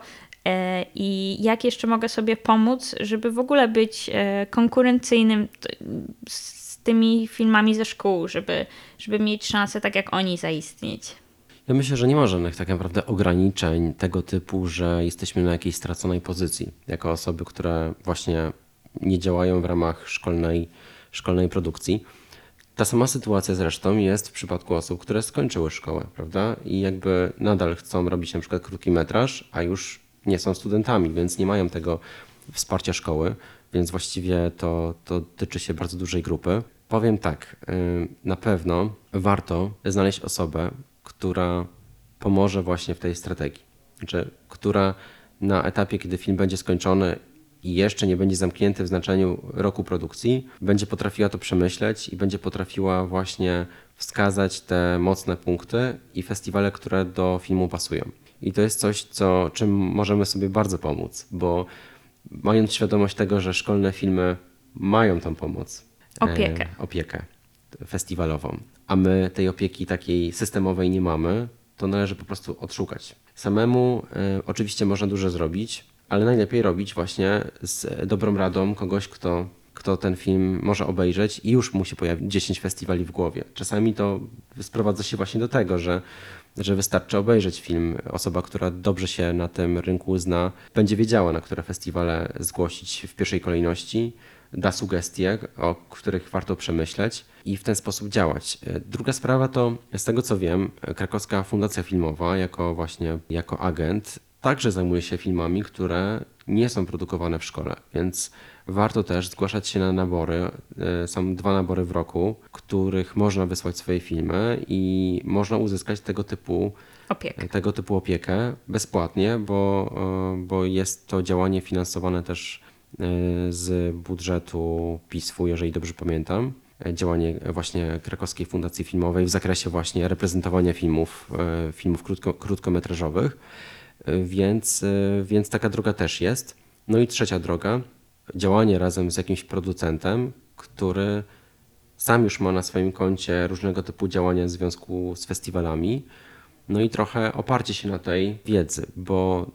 I jak jeszcze mogę sobie pomóc, żeby w ogóle być konkurencyjnym z tymi filmami ze szkół, żeby, żeby mieć szansę tak jak oni zaistnieć? Ja myślę, że nie ma żadnych tak naprawdę ograniczeń tego typu, że jesteśmy na jakiejś straconej pozycji jako osoby, które właśnie nie działają w ramach szkolnej, szkolnej produkcji. Ta sama sytuacja zresztą jest w przypadku osób, które skończyły szkołę, prawda? I jakby nadal chcą robić na przykład krótki metraż, a już nie są studentami, więc nie mają tego wsparcia szkoły, więc właściwie to, to tyczy się bardzo dużej grupy. Powiem tak, na pewno warto znaleźć osobę, która pomoże właśnie w tej strategii, znaczy, która na etapie, kiedy film będzie skończony i jeszcze nie będzie zamknięty w znaczeniu roku produkcji, będzie potrafiła to przemyśleć i będzie potrafiła właśnie wskazać te mocne punkty i festiwale, które do filmu pasują. I to jest coś, co, czym możemy sobie bardzo pomóc, bo mając świadomość tego, że szkolne filmy mają tą pomoc. Opiekę. E, opiekę festiwalową. A my tej opieki takiej systemowej nie mamy, to należy po prostu odszukać. Samemu e, oczywiście można dużo zrobić, ale najlepiej robić właśnie z dobrą radą kogoś, kto, kto ten film może obejrzeć i już mu się pojawi dziesięć festiwali w głowie. Czasami to sprowadza się właśnie do tego, że, że wystarczy obejrzeć film. Osoba, która dobrze się na tym rynku zna, będzie wiedziała, na które festiwale zgłosić w pierwszej kolejności, da sugestie, o których warto przemyśleć i w ten sposób działać. Druga sprawa to, z tego co wiem, Krakowska Fundacja Filmowa jako właśnie jako agent także zajmuje się filmami, które nie są produkowane w szkole, więc warto też zgłaszać się na nabory. Są dwa nabory w roku, których można wysłać swoje filmy i można uzyskać tego typu Opiekę. tego typu opiekę bezpłatnie, bo, bo jest to działanie finansowane też z budżetu P I S F-u, jeżeli dobrze pamiętam. Działanie właśnie Krakowskiej Fundacji Filmowej w zakresie właśnie reprezentowania filmów, filmów krótko, krótkometrażowych, więc, więc taka droga też jest. No i trzecia droga, działanie razem z jakimś producentem, który sam już ma na swoim koncie różnego typu działania w związku z festiwalami, no i trochę oparcie się na tej wiedzy, bo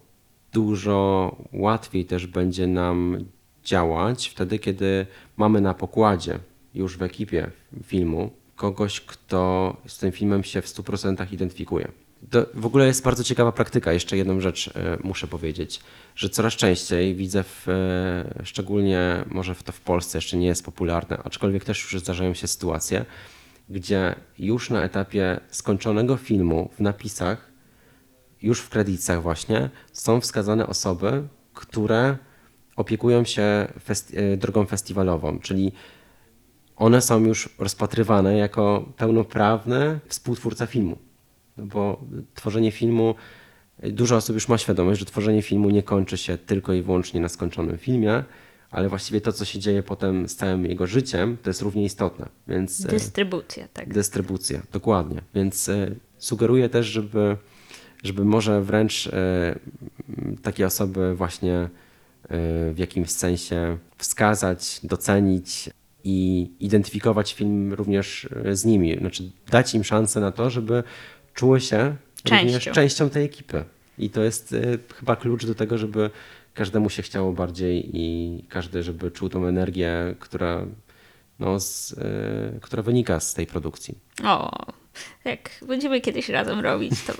dużo łatwiej też będzie nam działać wtedy, kiedy mamy na pokładzie już w ekipie filmu kogoś, kto z tym filmem się w stu procentach identyfikuje. To w ogóle jest bardzo ciekawa praktyka. Jeszcze jedną rzecz muszę powiedzieć, że coraz częściej widzę, w, szczególnie może to w Polsce jeszcze nie jest popularne, aczkolwiek też już zdarzają się sytuacje, gdzie już na etapie skończonego filmu w napisach, już w kredytach właśnie, są wskazane osoby, które opiekują się festi- drogą festiwalową, czyli one są już rozpatrywane jako pełnoprawny współtwórca filmu. No bo tworzenie filmu, dużo osób już ma świadomość, że tworzenie filmu nie kończy się tylko i wyłącznie na skończonym filmie, ale właściwie to, co się dzieje potem z całym jego życiem, to jest równie istotne. Więc, Dystrybucja, tak. Dystrybucja, dokładnie. Więc sugeruję też, żeby, żeby może wręcz takie osoby właśnie w jakimś sensie wskazać, docenić i identyfikować film również z nimi. Znaczy dać im szansę na to, żeby czuły się częścią. również częścią tej ekipy. I to jest chyba klucz do tego, żeby każdemu się chciało bardziej i każdy, żeby czuł tą energię, która, no, z, y, która wynika z tej produkcji. O, jak będziemy kiedyś razem robić, to...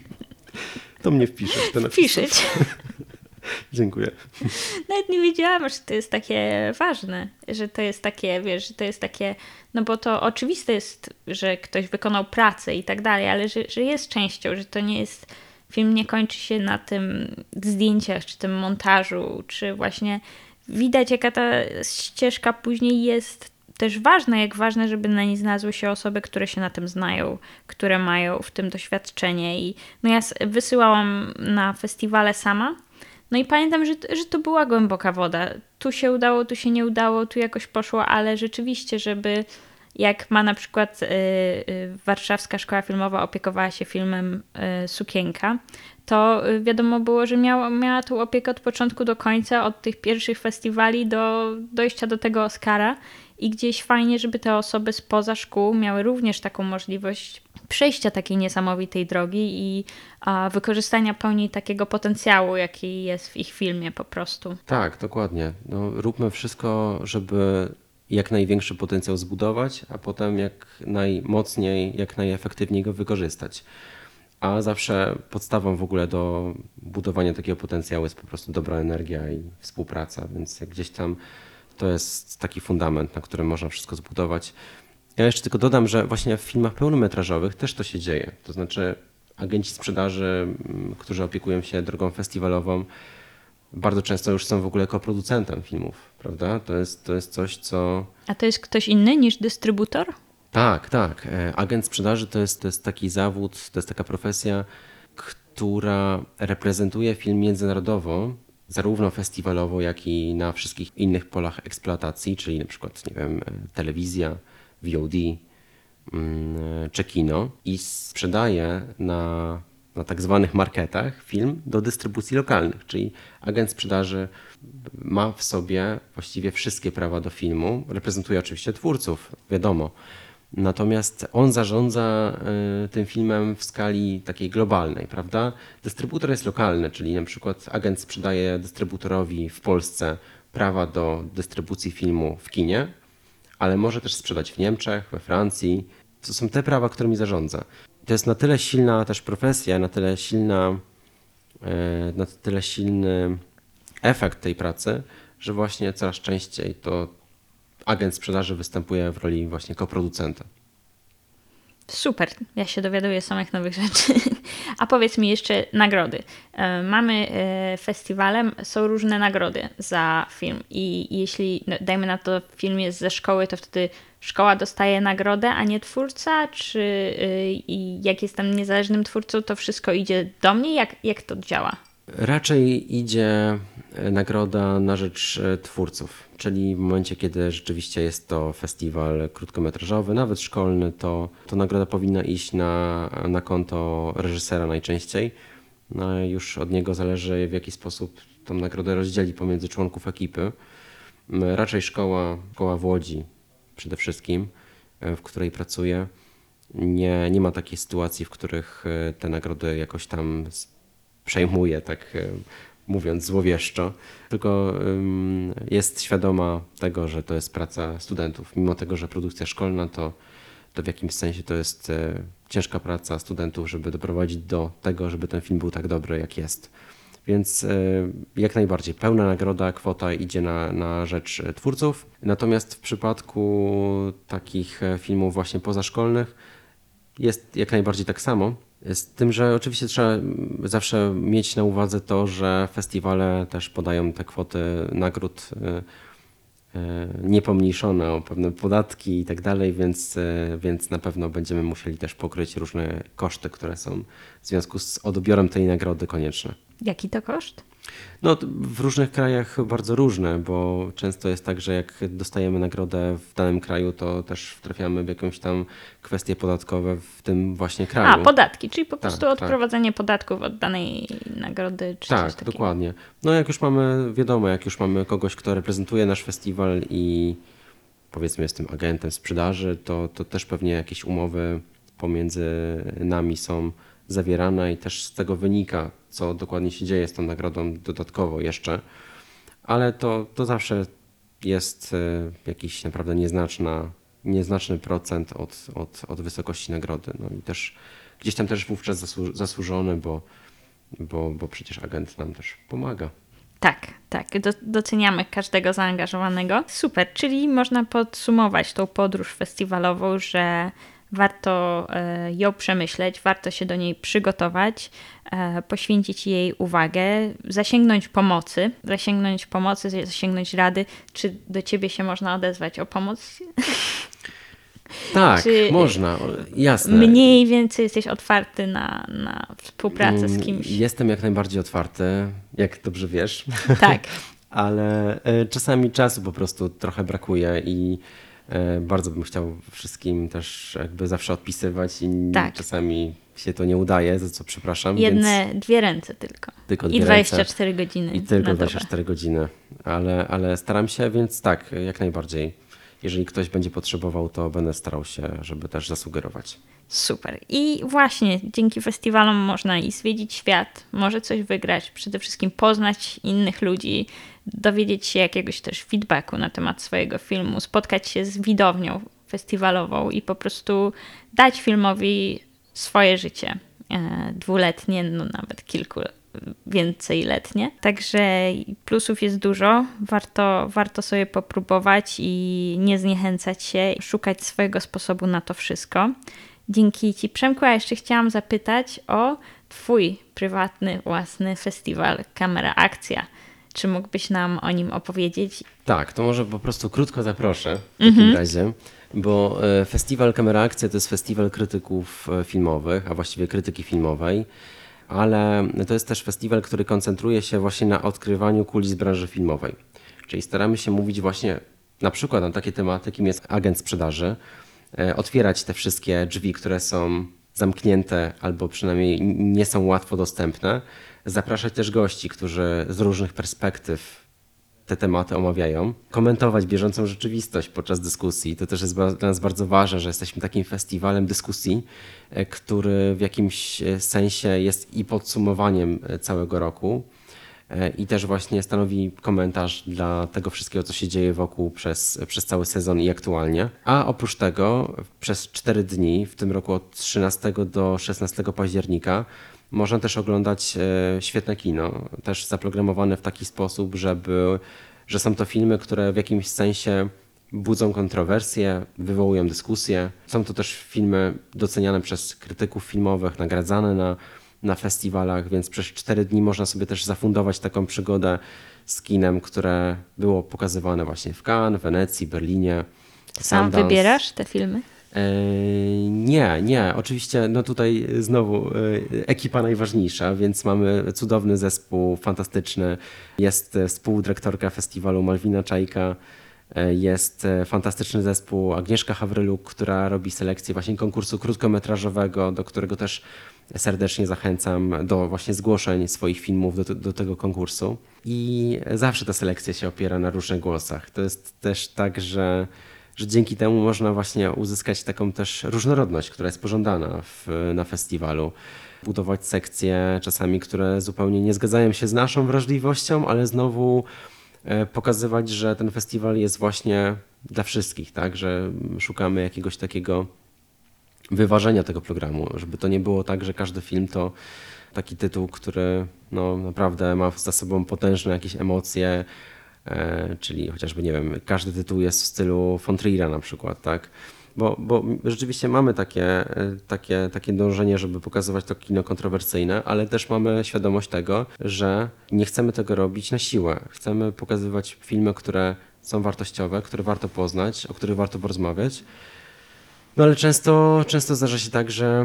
To mnie wpiszesz. To Wpiszeć. Dziękuję. Nawet nie wiedziałam, że to jest takie ważne, że to jest takie, wiesz, że to jest takie, no bo to oczywiste jest, że ktoś wykonał pracę i tak dalej, ale że, że jest częścią, że to nie jest, film nie kończy się na tym zdjęciach, czy tym montażu, czy właśnie widać, jaka ta ścieżka później jest też ważna, jak ważne, żeby na niej znalazły się osoby, które się na tym znają, które mają w tym doświadczenie. I no ja wysyłałam na festiwale sama. No i pamiętam, że, że to była głęboka woda. Tu się udało, tu się nie udało, tu jakoś poszło, ale rzeczywiście, żeby jak ma na przykład y, y, Warszawska Szkoła Filmowa opiekowała się filmem y, Sukienka, to y, wiadomo było, że miała, miała tą opiekę od początku do końca, od tych pierwszych festiwali do dojścia do tego Oscara i gdzieś fajnie, żeby te osoby spoza szkół miały również taką możliwość przejścia takiej niesamowitej drogi i a, wykorzystania pełni takiego potencjału, jaki jest w ich filmie po prostu. Tak, dokładnie. No, róbmy wszystko, żeby jak największy potencjał zbudować, a potem jak najmocniej, jak najefektywniej go wykorzystać. A zawsze podstawą w ogóle do budowania takiego potencjału jest po prostu dobra energia i współpraca, więc jak gdzieś tam to jest taki fundament, na którym można wszystko zbudować. Ja jeszcze tylko dodam, że właśnie w filmach pełnometrażowych też to się dzieje. To znaczy agenci sprzedaży, którzy opiekują się drogą festiwalową, bardzo często już są w ogóle koproducentem filmów, prawda? To jest, to jest coś, co... A to jest ktoś inny niż dystrybutor? Tak, tak. Agent sprzedaży to jest, to jest taki zawód, to jest taka profesja, która reprezentuje film międzynarodowo, zarówno festiwalowo, jak i na wszystkich innych polach eksploatacji, czyli na przykład, nie wiem, telewizja, V O D czy kino i sprzedaje na na tak zwanych marketach film do dystrybucji lokalnych, czyli agent sprzedaży ma w sobie właściwie wszystkie prawa do filmu, reprezentuje oczywiście twórców, wiadomo, natomiast on zarządza y, tym filmem w skali takiej globalnej, prawda? Dystrybutor jest lokalny, czyli na przykład agent sprzedaje dystrybutorowi w Polsce prawa do dystrybucji filmu w kinie, ale może też sprzedać w Niemczech, we Francji. To są te prawa, którymi zarządza. To jest na tyle silna też profesja, na tyle silna, na tyle silny efekt tej pracy, że właśnie coraz częściej to agent sprzedaży występuje w roli właśnie koproducenta. Super, ja się dowiaduję samych nowych rzeczy. A powiedz mi jeszcze nagrody. Mamy festiwale, są różne nagrody za film i jeśli, no, dajmy na to, film jest ze szkoły, to wtedy szkoła dostaje nagrodę, a nie twórca? Czy jak jestem niezależnym twórcą, to wszystko idzie do mnie? Jak, jak to działa? Raczej idzie nagroda na rzecz twórców, czyli w momencie, kiedy rzeczywiście jest to festiwal krótkometrażowy, nawet szkolny, to, to nagroda powinna iść na, na konto reżysera najczęściej. No, już od niego zależy, w jaki sposób tą nagrodę rozdzieli pomiędzy członków ekipy. Raczej szkoła, szkoła w Łodzi przede wszystkim, w której pracuję, nie, nie ma takiej sytuacji, w których te nagrody jakoś tam przejmuje, tak mówiąc złowieszczo, tylko jest świadoma tego, że to jest praca studentów. Mimo tego, że produkcja szkolna to, to w jakimś sensie to jest ciężka praca studentów, żeby doprowadzić do tego, żeby ten film był tak dobry, jak jest. Więc jak najbardziej pełna nagroda, kwota idzie na, na rzecz twórców. Natomiast w przypadku takich filmów właśnie pozaszkolnych jest jak najbardziej tak samo. Z tym, że oczywiście trzeba zawsze mieć na uwadze to, że festiwale też podają te kwoty nagród niepomniejszone o pewne podatki i tak dalej, więc, więc na pewno będziemy musieli też pokryć różne koszty, które są w związku z odbiorem tej nagrody konieczne. Jaki to koszt? No, w różnych krajach bardzo różne, bo często jest tak, że jak dostajemy nagrodę w danym kraju, to też trafiamy w jakąś tam kwestie podatkowe w tym właśnie kraju. A, podatki, czyli po tak, prostu tak. odprowadzenie podatków od danej nagrody czy tak, coś takiego. Dokładnie. No jak już mamy, wiadomo, jak już mamy kogoś, kto reprezentuje nasz festiwal i powiedzmy jest tym agentem sprzedaży, to, to też pewnie jakieś umowy pomiędzy nami są zawierane i też z tego wynika, co dokładnie się dzieje z tą nagrodą dodatkowo jeszcze, ale to, to zawsze jest jakiś naprawdę nieznaczna, nieznaczny procent od, od, od wysokości nagrody. No i też gdzieś tam też wówczas zasłu- zasłużony, bo, bo, bo przecież agent nam też pomaga. Tak, tak. Do, doceniamy każdego zaangażowanego. Super, czyli można podsumować tą podróż festiwalową, że warto ją przemyśleć, warto się do niej przygotować, poświęcić jej uwagę, zasięgnąć pomocy, zasięgnąć pomocy, zasięgnąć rady. Czy do ciebie się można odezwać o pomoc? Tak, Czy można, jasne. Mniej więcej jesteś otwarty na, na współpracę z kimś? Jestem jak najbardziej otwarty, jak dobrze wiesz. Tak. Ale czasami czasu po prostu trochę brakuje i bardzo bym chciał wszystkim też jakby zawsze odpisywać i tak. Czasami się to nie udaje, za co przepraszam. Jedne, więc dwie ręce tylko. tylko dwie I dwadzieścia cztery ręce. godziny. I tylko dwadzieścia cztery godziny, ale, ale staram się, więc tak, jak najbardziej. Jeżeli ktoś będzie potrzebował, to będę starał się, żeby też zasugerować. Super. I właśnie dzięki festiwalom można i zwiedzić świat, może coś wygrać, przede wszystkim poznać innych ludzi, dowiedzieć się jakiegoś też feedbacku na temat swojego filmu, spotkać się z widownią festiwalową i po prostu dać filmowi swoje życie dwuletnie, no nawet kilku więcej letnie. Także plusów jest dużo. Warto, warto sobie popróbować i nie zniechęcać się, szukać swojego sposobu na to wszystko. Dzięki Ci, Przemku, a jeszcze chciałam zapytać o Twój prywatny, własny festiwal Kamera Akcja. Czy mógłbyś nam o nim opowiedzieć? Tak, to może po prostu krótko zaproszę w takim mhm. razie, bo festiwal Kamera Akcja to jest festiwal krytyków filmowych, a właściwie krytyki filmowej, ale to jest też festiwal, który koncentruje się właśnie na odkrywaniu kulis branży filmowej. Czyli staramy się mówić właśnie na przykład na takie tematy, kim jest agent sprzedaży, otwierać te wszystkie drzwi, które są zamknięte albo przynajmniej nie są łatwo dostępne. Zapraszać też gości, którzy z różnych perspektyw te tematy omawiają. Komentować bieżącą rzeczywistość podczas dyskusji. To też jest dla nas bardzo ważne, że jesteśmy takim festiwalem dyskusji, który w jakimś sensie jest i podsumowaniem całego roku i też właśnie stanowi komentarz dla tego wszystkiego, co się dzieje wokół przez, przez cały sezon i aktualnie. A oprócz tego przez cztery dni, w tym roku od trzynastego do szesnastego października, można też oglądać świetne kino, też zaprogramowane w taki sposób, żeby, że są to filmy, które w jakimś sensie budzą kontrowersje, wywołują dyskusje. Są to też filmy doceniane przez krytyków filmowych, nagradzane na, na festiwalach, więc przez cztery dni można sobie też zafundować taką przygodę z kinem, które było pokazywane właśnie w Cannes, Wenecji, Berlinie. Sam Sundance. wybierasz te filmy? Nie, nie. Oczywiście no tutaj znowu ekipa najważniejsza, więc mamy cudowny zespół, fantastyczny. Jest współdyrektorka festiwalu Malwina Czajka, jest fantastyczny zespół Agnieszka Hawryluk, która robi selekcję właśnie konkursu krótkometrażowego, do którego też serdecznie zachęcam do właśnie zgłoszeń swoich filmów do, do tego konkursu. I zawsze ta selekcja się opiera na różnych głosach. To jest też tak, że że dzięki temu można właśnie uzyskać taką też różnorodność, która jest pożądana w, na festiwalu. Budować sekcje czasami, które zupełnie nie zgadzają się z naszą wrażliwością, ale znowu pokazywać, że ten festiwal jest właśnie dla wszystkich, tak? Że szukamy jakiegoś takiego wyważenia tego programu, żeby to nie było tak, że każdy film to taki tytuł, który no, naprawdę ma za sobą potężne jakieś emocje, czyli chociażby, nie wiem, każdy tytuł jest w stylu von Trier'a na przykład, tak? Bo, bo rzeczywiście mamy takie, takie, takie dążenie, żeby pokazywać to kino kontrowersyjne, ale też mamy świadomość tego, że nie chcemy tego robić na siłę. Chcemy pokazywać filmy, które są wartościowe, które warto poznać, o których warto porozmawiać. No ale często, często zdarza się tak, że,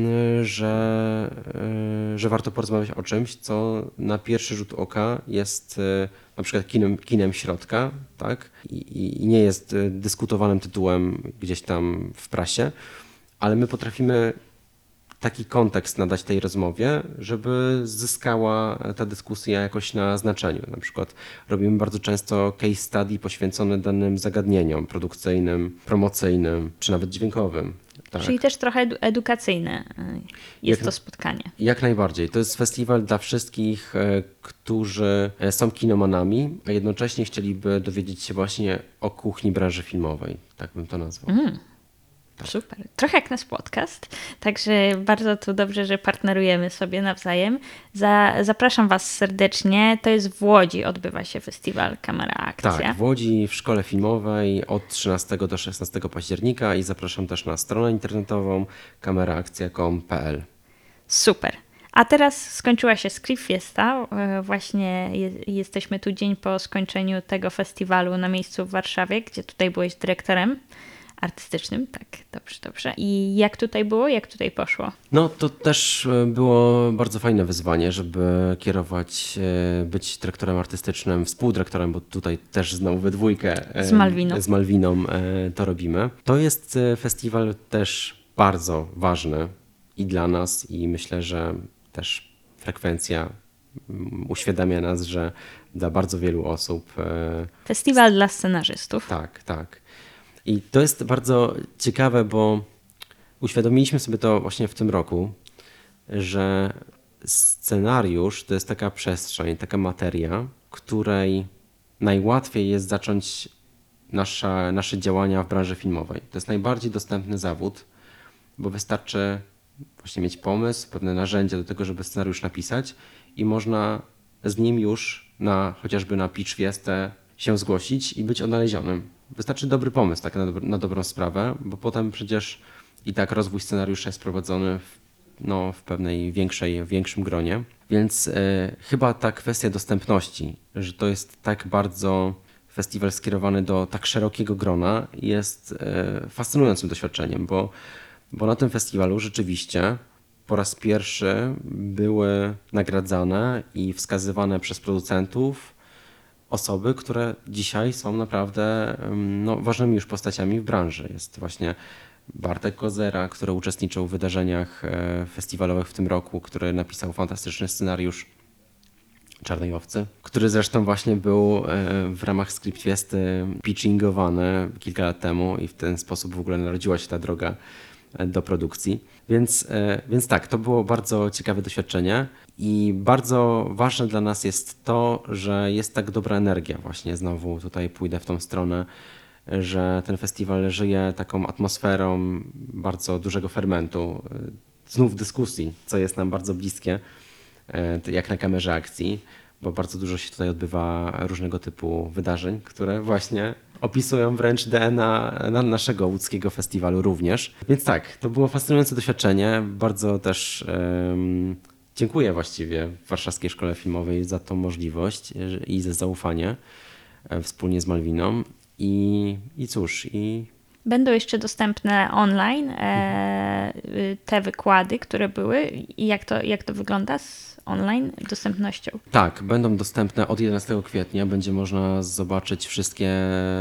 że, że warto porozmawiać o czymś, co na pierwszy rzut oka jest na przykład kinem, kinem środka, tak? I, i nie jest dyskutowanym tytułem gdzieś tam w prasie, ale my potrafimy taki kontekst nadać tej rozmowie, żeby zyskała ta dyskusja jakoś na znaczeniu. Na przykład robimy bardzo często case study poświęcone danym zagadnieniom produkcyjnym, promocyjnym, czy nawet dźwiękowym. Tak. Czyli też trochę edu- edukacyjne jest jak, to spotkanie. Jak najbardziej. To jest festiwal dla wszystkich, którzy są kinomanami, a jednocześnie chcieliby dowiedzieć się właśnie o kuchni branży filmowej. Tak bym to nazwał. Mm. Tak. Super. Trochę jak nasz podcast, także bardzo to dobrze, że partnerujemy sobie nawzajem. Za, zapraszam Was serdecznie. To jest w Łodzi, odbywa się festiwal Kamera Akcja. Tak, w Łodzi w Szkole Filmowej od trzynastego do szesnastego października i zapraszam też na stronę internetową kameraakcja kropka com kropka p l. Super. A teraz skończyła się Script Fiesta. Właśnie je, jesteśmy tu dzień po skończeniu tego festiwalu na miejscu w Warszawie, gdzie tutaj byłeś dyrektorem artystycznym, tak, dobrze, dobrze. I jak tutaj było, jak tutaj poszło? No to też było bardzo fajne wyzwanie, żeby kierować, być dyrektorem artystycznym, współdyrektorem, bo tutaj też znowu we dwójkę z Malwiną. z Malwiną to robimy. To jest festiwal też bardzo ważny i dla nas i myślę, że też frekwencja uświadamia nas, że dla bardzo wielu osób... Festiwal dla scenarzystów. Tak, tak. I to jest bardzo ciekawe, bo uświadomiliśmy sobie to właśnie w tym roku, że scenariusz to jest taka przestrzeń, taka materia, której najłatwiej jest zacząć nasza, nasze działania w branży filmowej. To jest najbardziej dostępny zawód, bo wystarczy właśnie mieć pomysł, pewne narzędzia do tego, żeby scenariusz napisać i można z nim już na, chociażby na Pitch Fiestę się zgłosić i być odnalezionym. Wystarczy dobry pomysł tak na, dobro, na dobrą sprawę, bo potem przecież i tak rozwój scenariusza jest prowadzony w, no, w pewnej większej, większym gronie. Więc e, chyba ta kwestia dostępności, że to jest tak bardzo festiwal skierowany do tak szerokiego grona jest e, fascynującym doświadczeniem, bo, bo na tym festiwalu rzeczywiście po raz pierwszy były nagradzane i wskazywane przez producentów osoby, które dzisiaj są naprawdę no, ważnymi już postaciami w branży. Jest właśnie Bartek Kozera, który uczestniczył w wydarzeniach festiwalowych w tym roku, który napisał fantastyczny scenariusz Czarnej Owcy, który zresztą właśnie był w ramach Script Fiesty pitchingowany kilka lat temu i w ten sposób w ogóle narodziła się ta droga do produkcji. Więc, więc tak, to było bardzo ciekawe doświadczenie i bardzo ważne dla nas jest to, że jest tak dobra energia właśnie, znowu tutaj pójdę w tą stronę, że ten festiwal żyje taką atmosferą bardzo dużego fermentu, znów dyskusji, co jest nam bardzo bliskie, jak na kamerze akcji, bo bardzo dużo się tutaj odbywa różnego typu wydarzeń, które właśnie opisują wręcz D N A naszego łódzkiego festiwalu również. Więc tak, to było fascynujące doświadczenie. Bardzo też um, dziękuję właściwie Warszawskiej Szkole Filmowej za tą możliwość i za zaufanie wspólnie z Malwiną. I, i cóż, i... Będą jeszcze dostępne online e, te wykłady, które były. I jak to, jak to wygląda z online dostępnością? Tak, będą dostępne od jedenastego kwietnia. Będzie można zobaczyć wszystkie,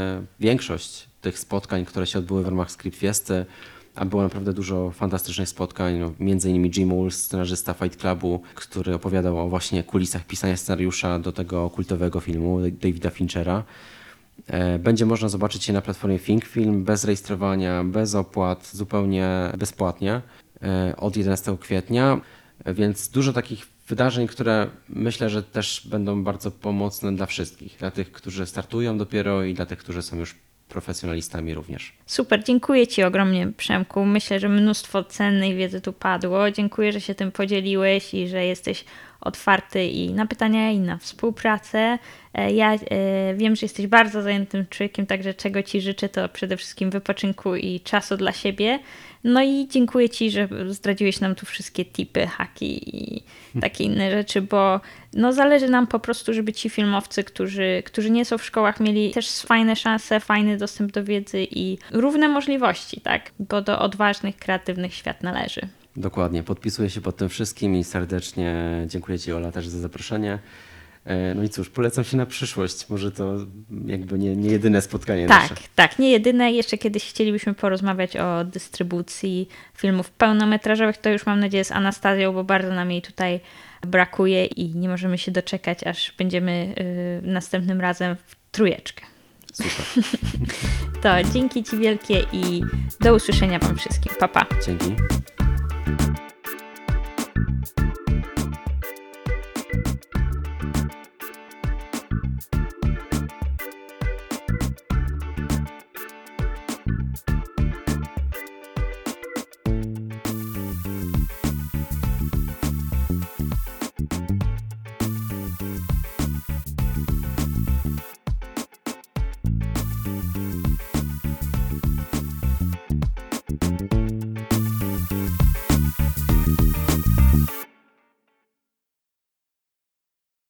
większość tych spotkań, które się odbyły w ramach Script Fiesty, a było naprawdę dużo fantastycznych spotkań. No, między innymi Jim Wools, scenarzysta Fight Clubu, który opowiadał o właśnie kulisach pisania scenariusza do tego kultowego filmu Davida Finchera. Będzie można zobaczyć je na platformie Think Film bez rejestrowania, bez opłat, zupełnie bezpłatnie od jedenastego kwietnia, więc dużo takich wydarzeń, które myślę, że też będą bardzo pomocne dla wszystkich, dla tych, którzy startują dopiero i dla tych, którzy są już profesjonalistami również. Super, dziękuję Ci ogromnie, Przemku. Myślę, że mnóstwo cennej wiedzy tu padło. Dziękuję, że się tym podzieliłeś i że jesteś otwarty i na pytania, i na współpracę. Ja wiem, że jesteś bardzo zajętym człowiekiem, także czego Ci życzę, to przede wszystkim wypoczynku i czasu dla siebie. No i dziękuję Ci, że zdradziłeś nam tu wszystkie tipy, haki i takie inne rzeczy, bo no zależy nam po prostu, żeby ci filmowcy, którzy, którzy nie są w szkołach, mieli też fajne szanse, fajny dostęp do wiedzy i równe możliwości, tak? Bo do odważnych, kreatywnych świat należy. Dokładnie, podpisuję się pod tym wszystkim i serdecznie dziękuję Ci, Ola, też za zaproszenie. No i cóż, polecam się na przyszłość. Może to jakby nie, nie jedyne spotkanie tak, nasze. Tak, tak, nie jedyne. Jeszcze kiedyś chcielibyśmy porozmawiać o dystrybucji filmów pełnometrażowych. To już mam nadzieję z Anastazją, bo bardzo nam jej tutaj brakuje i nie możemy się doczekać, aż będziemy yy, następnym razem w trójeczkę. Super. To dzięki Ci wielkie i do usłyszenia Wam wszystkim. Pa, pa. Dzięki.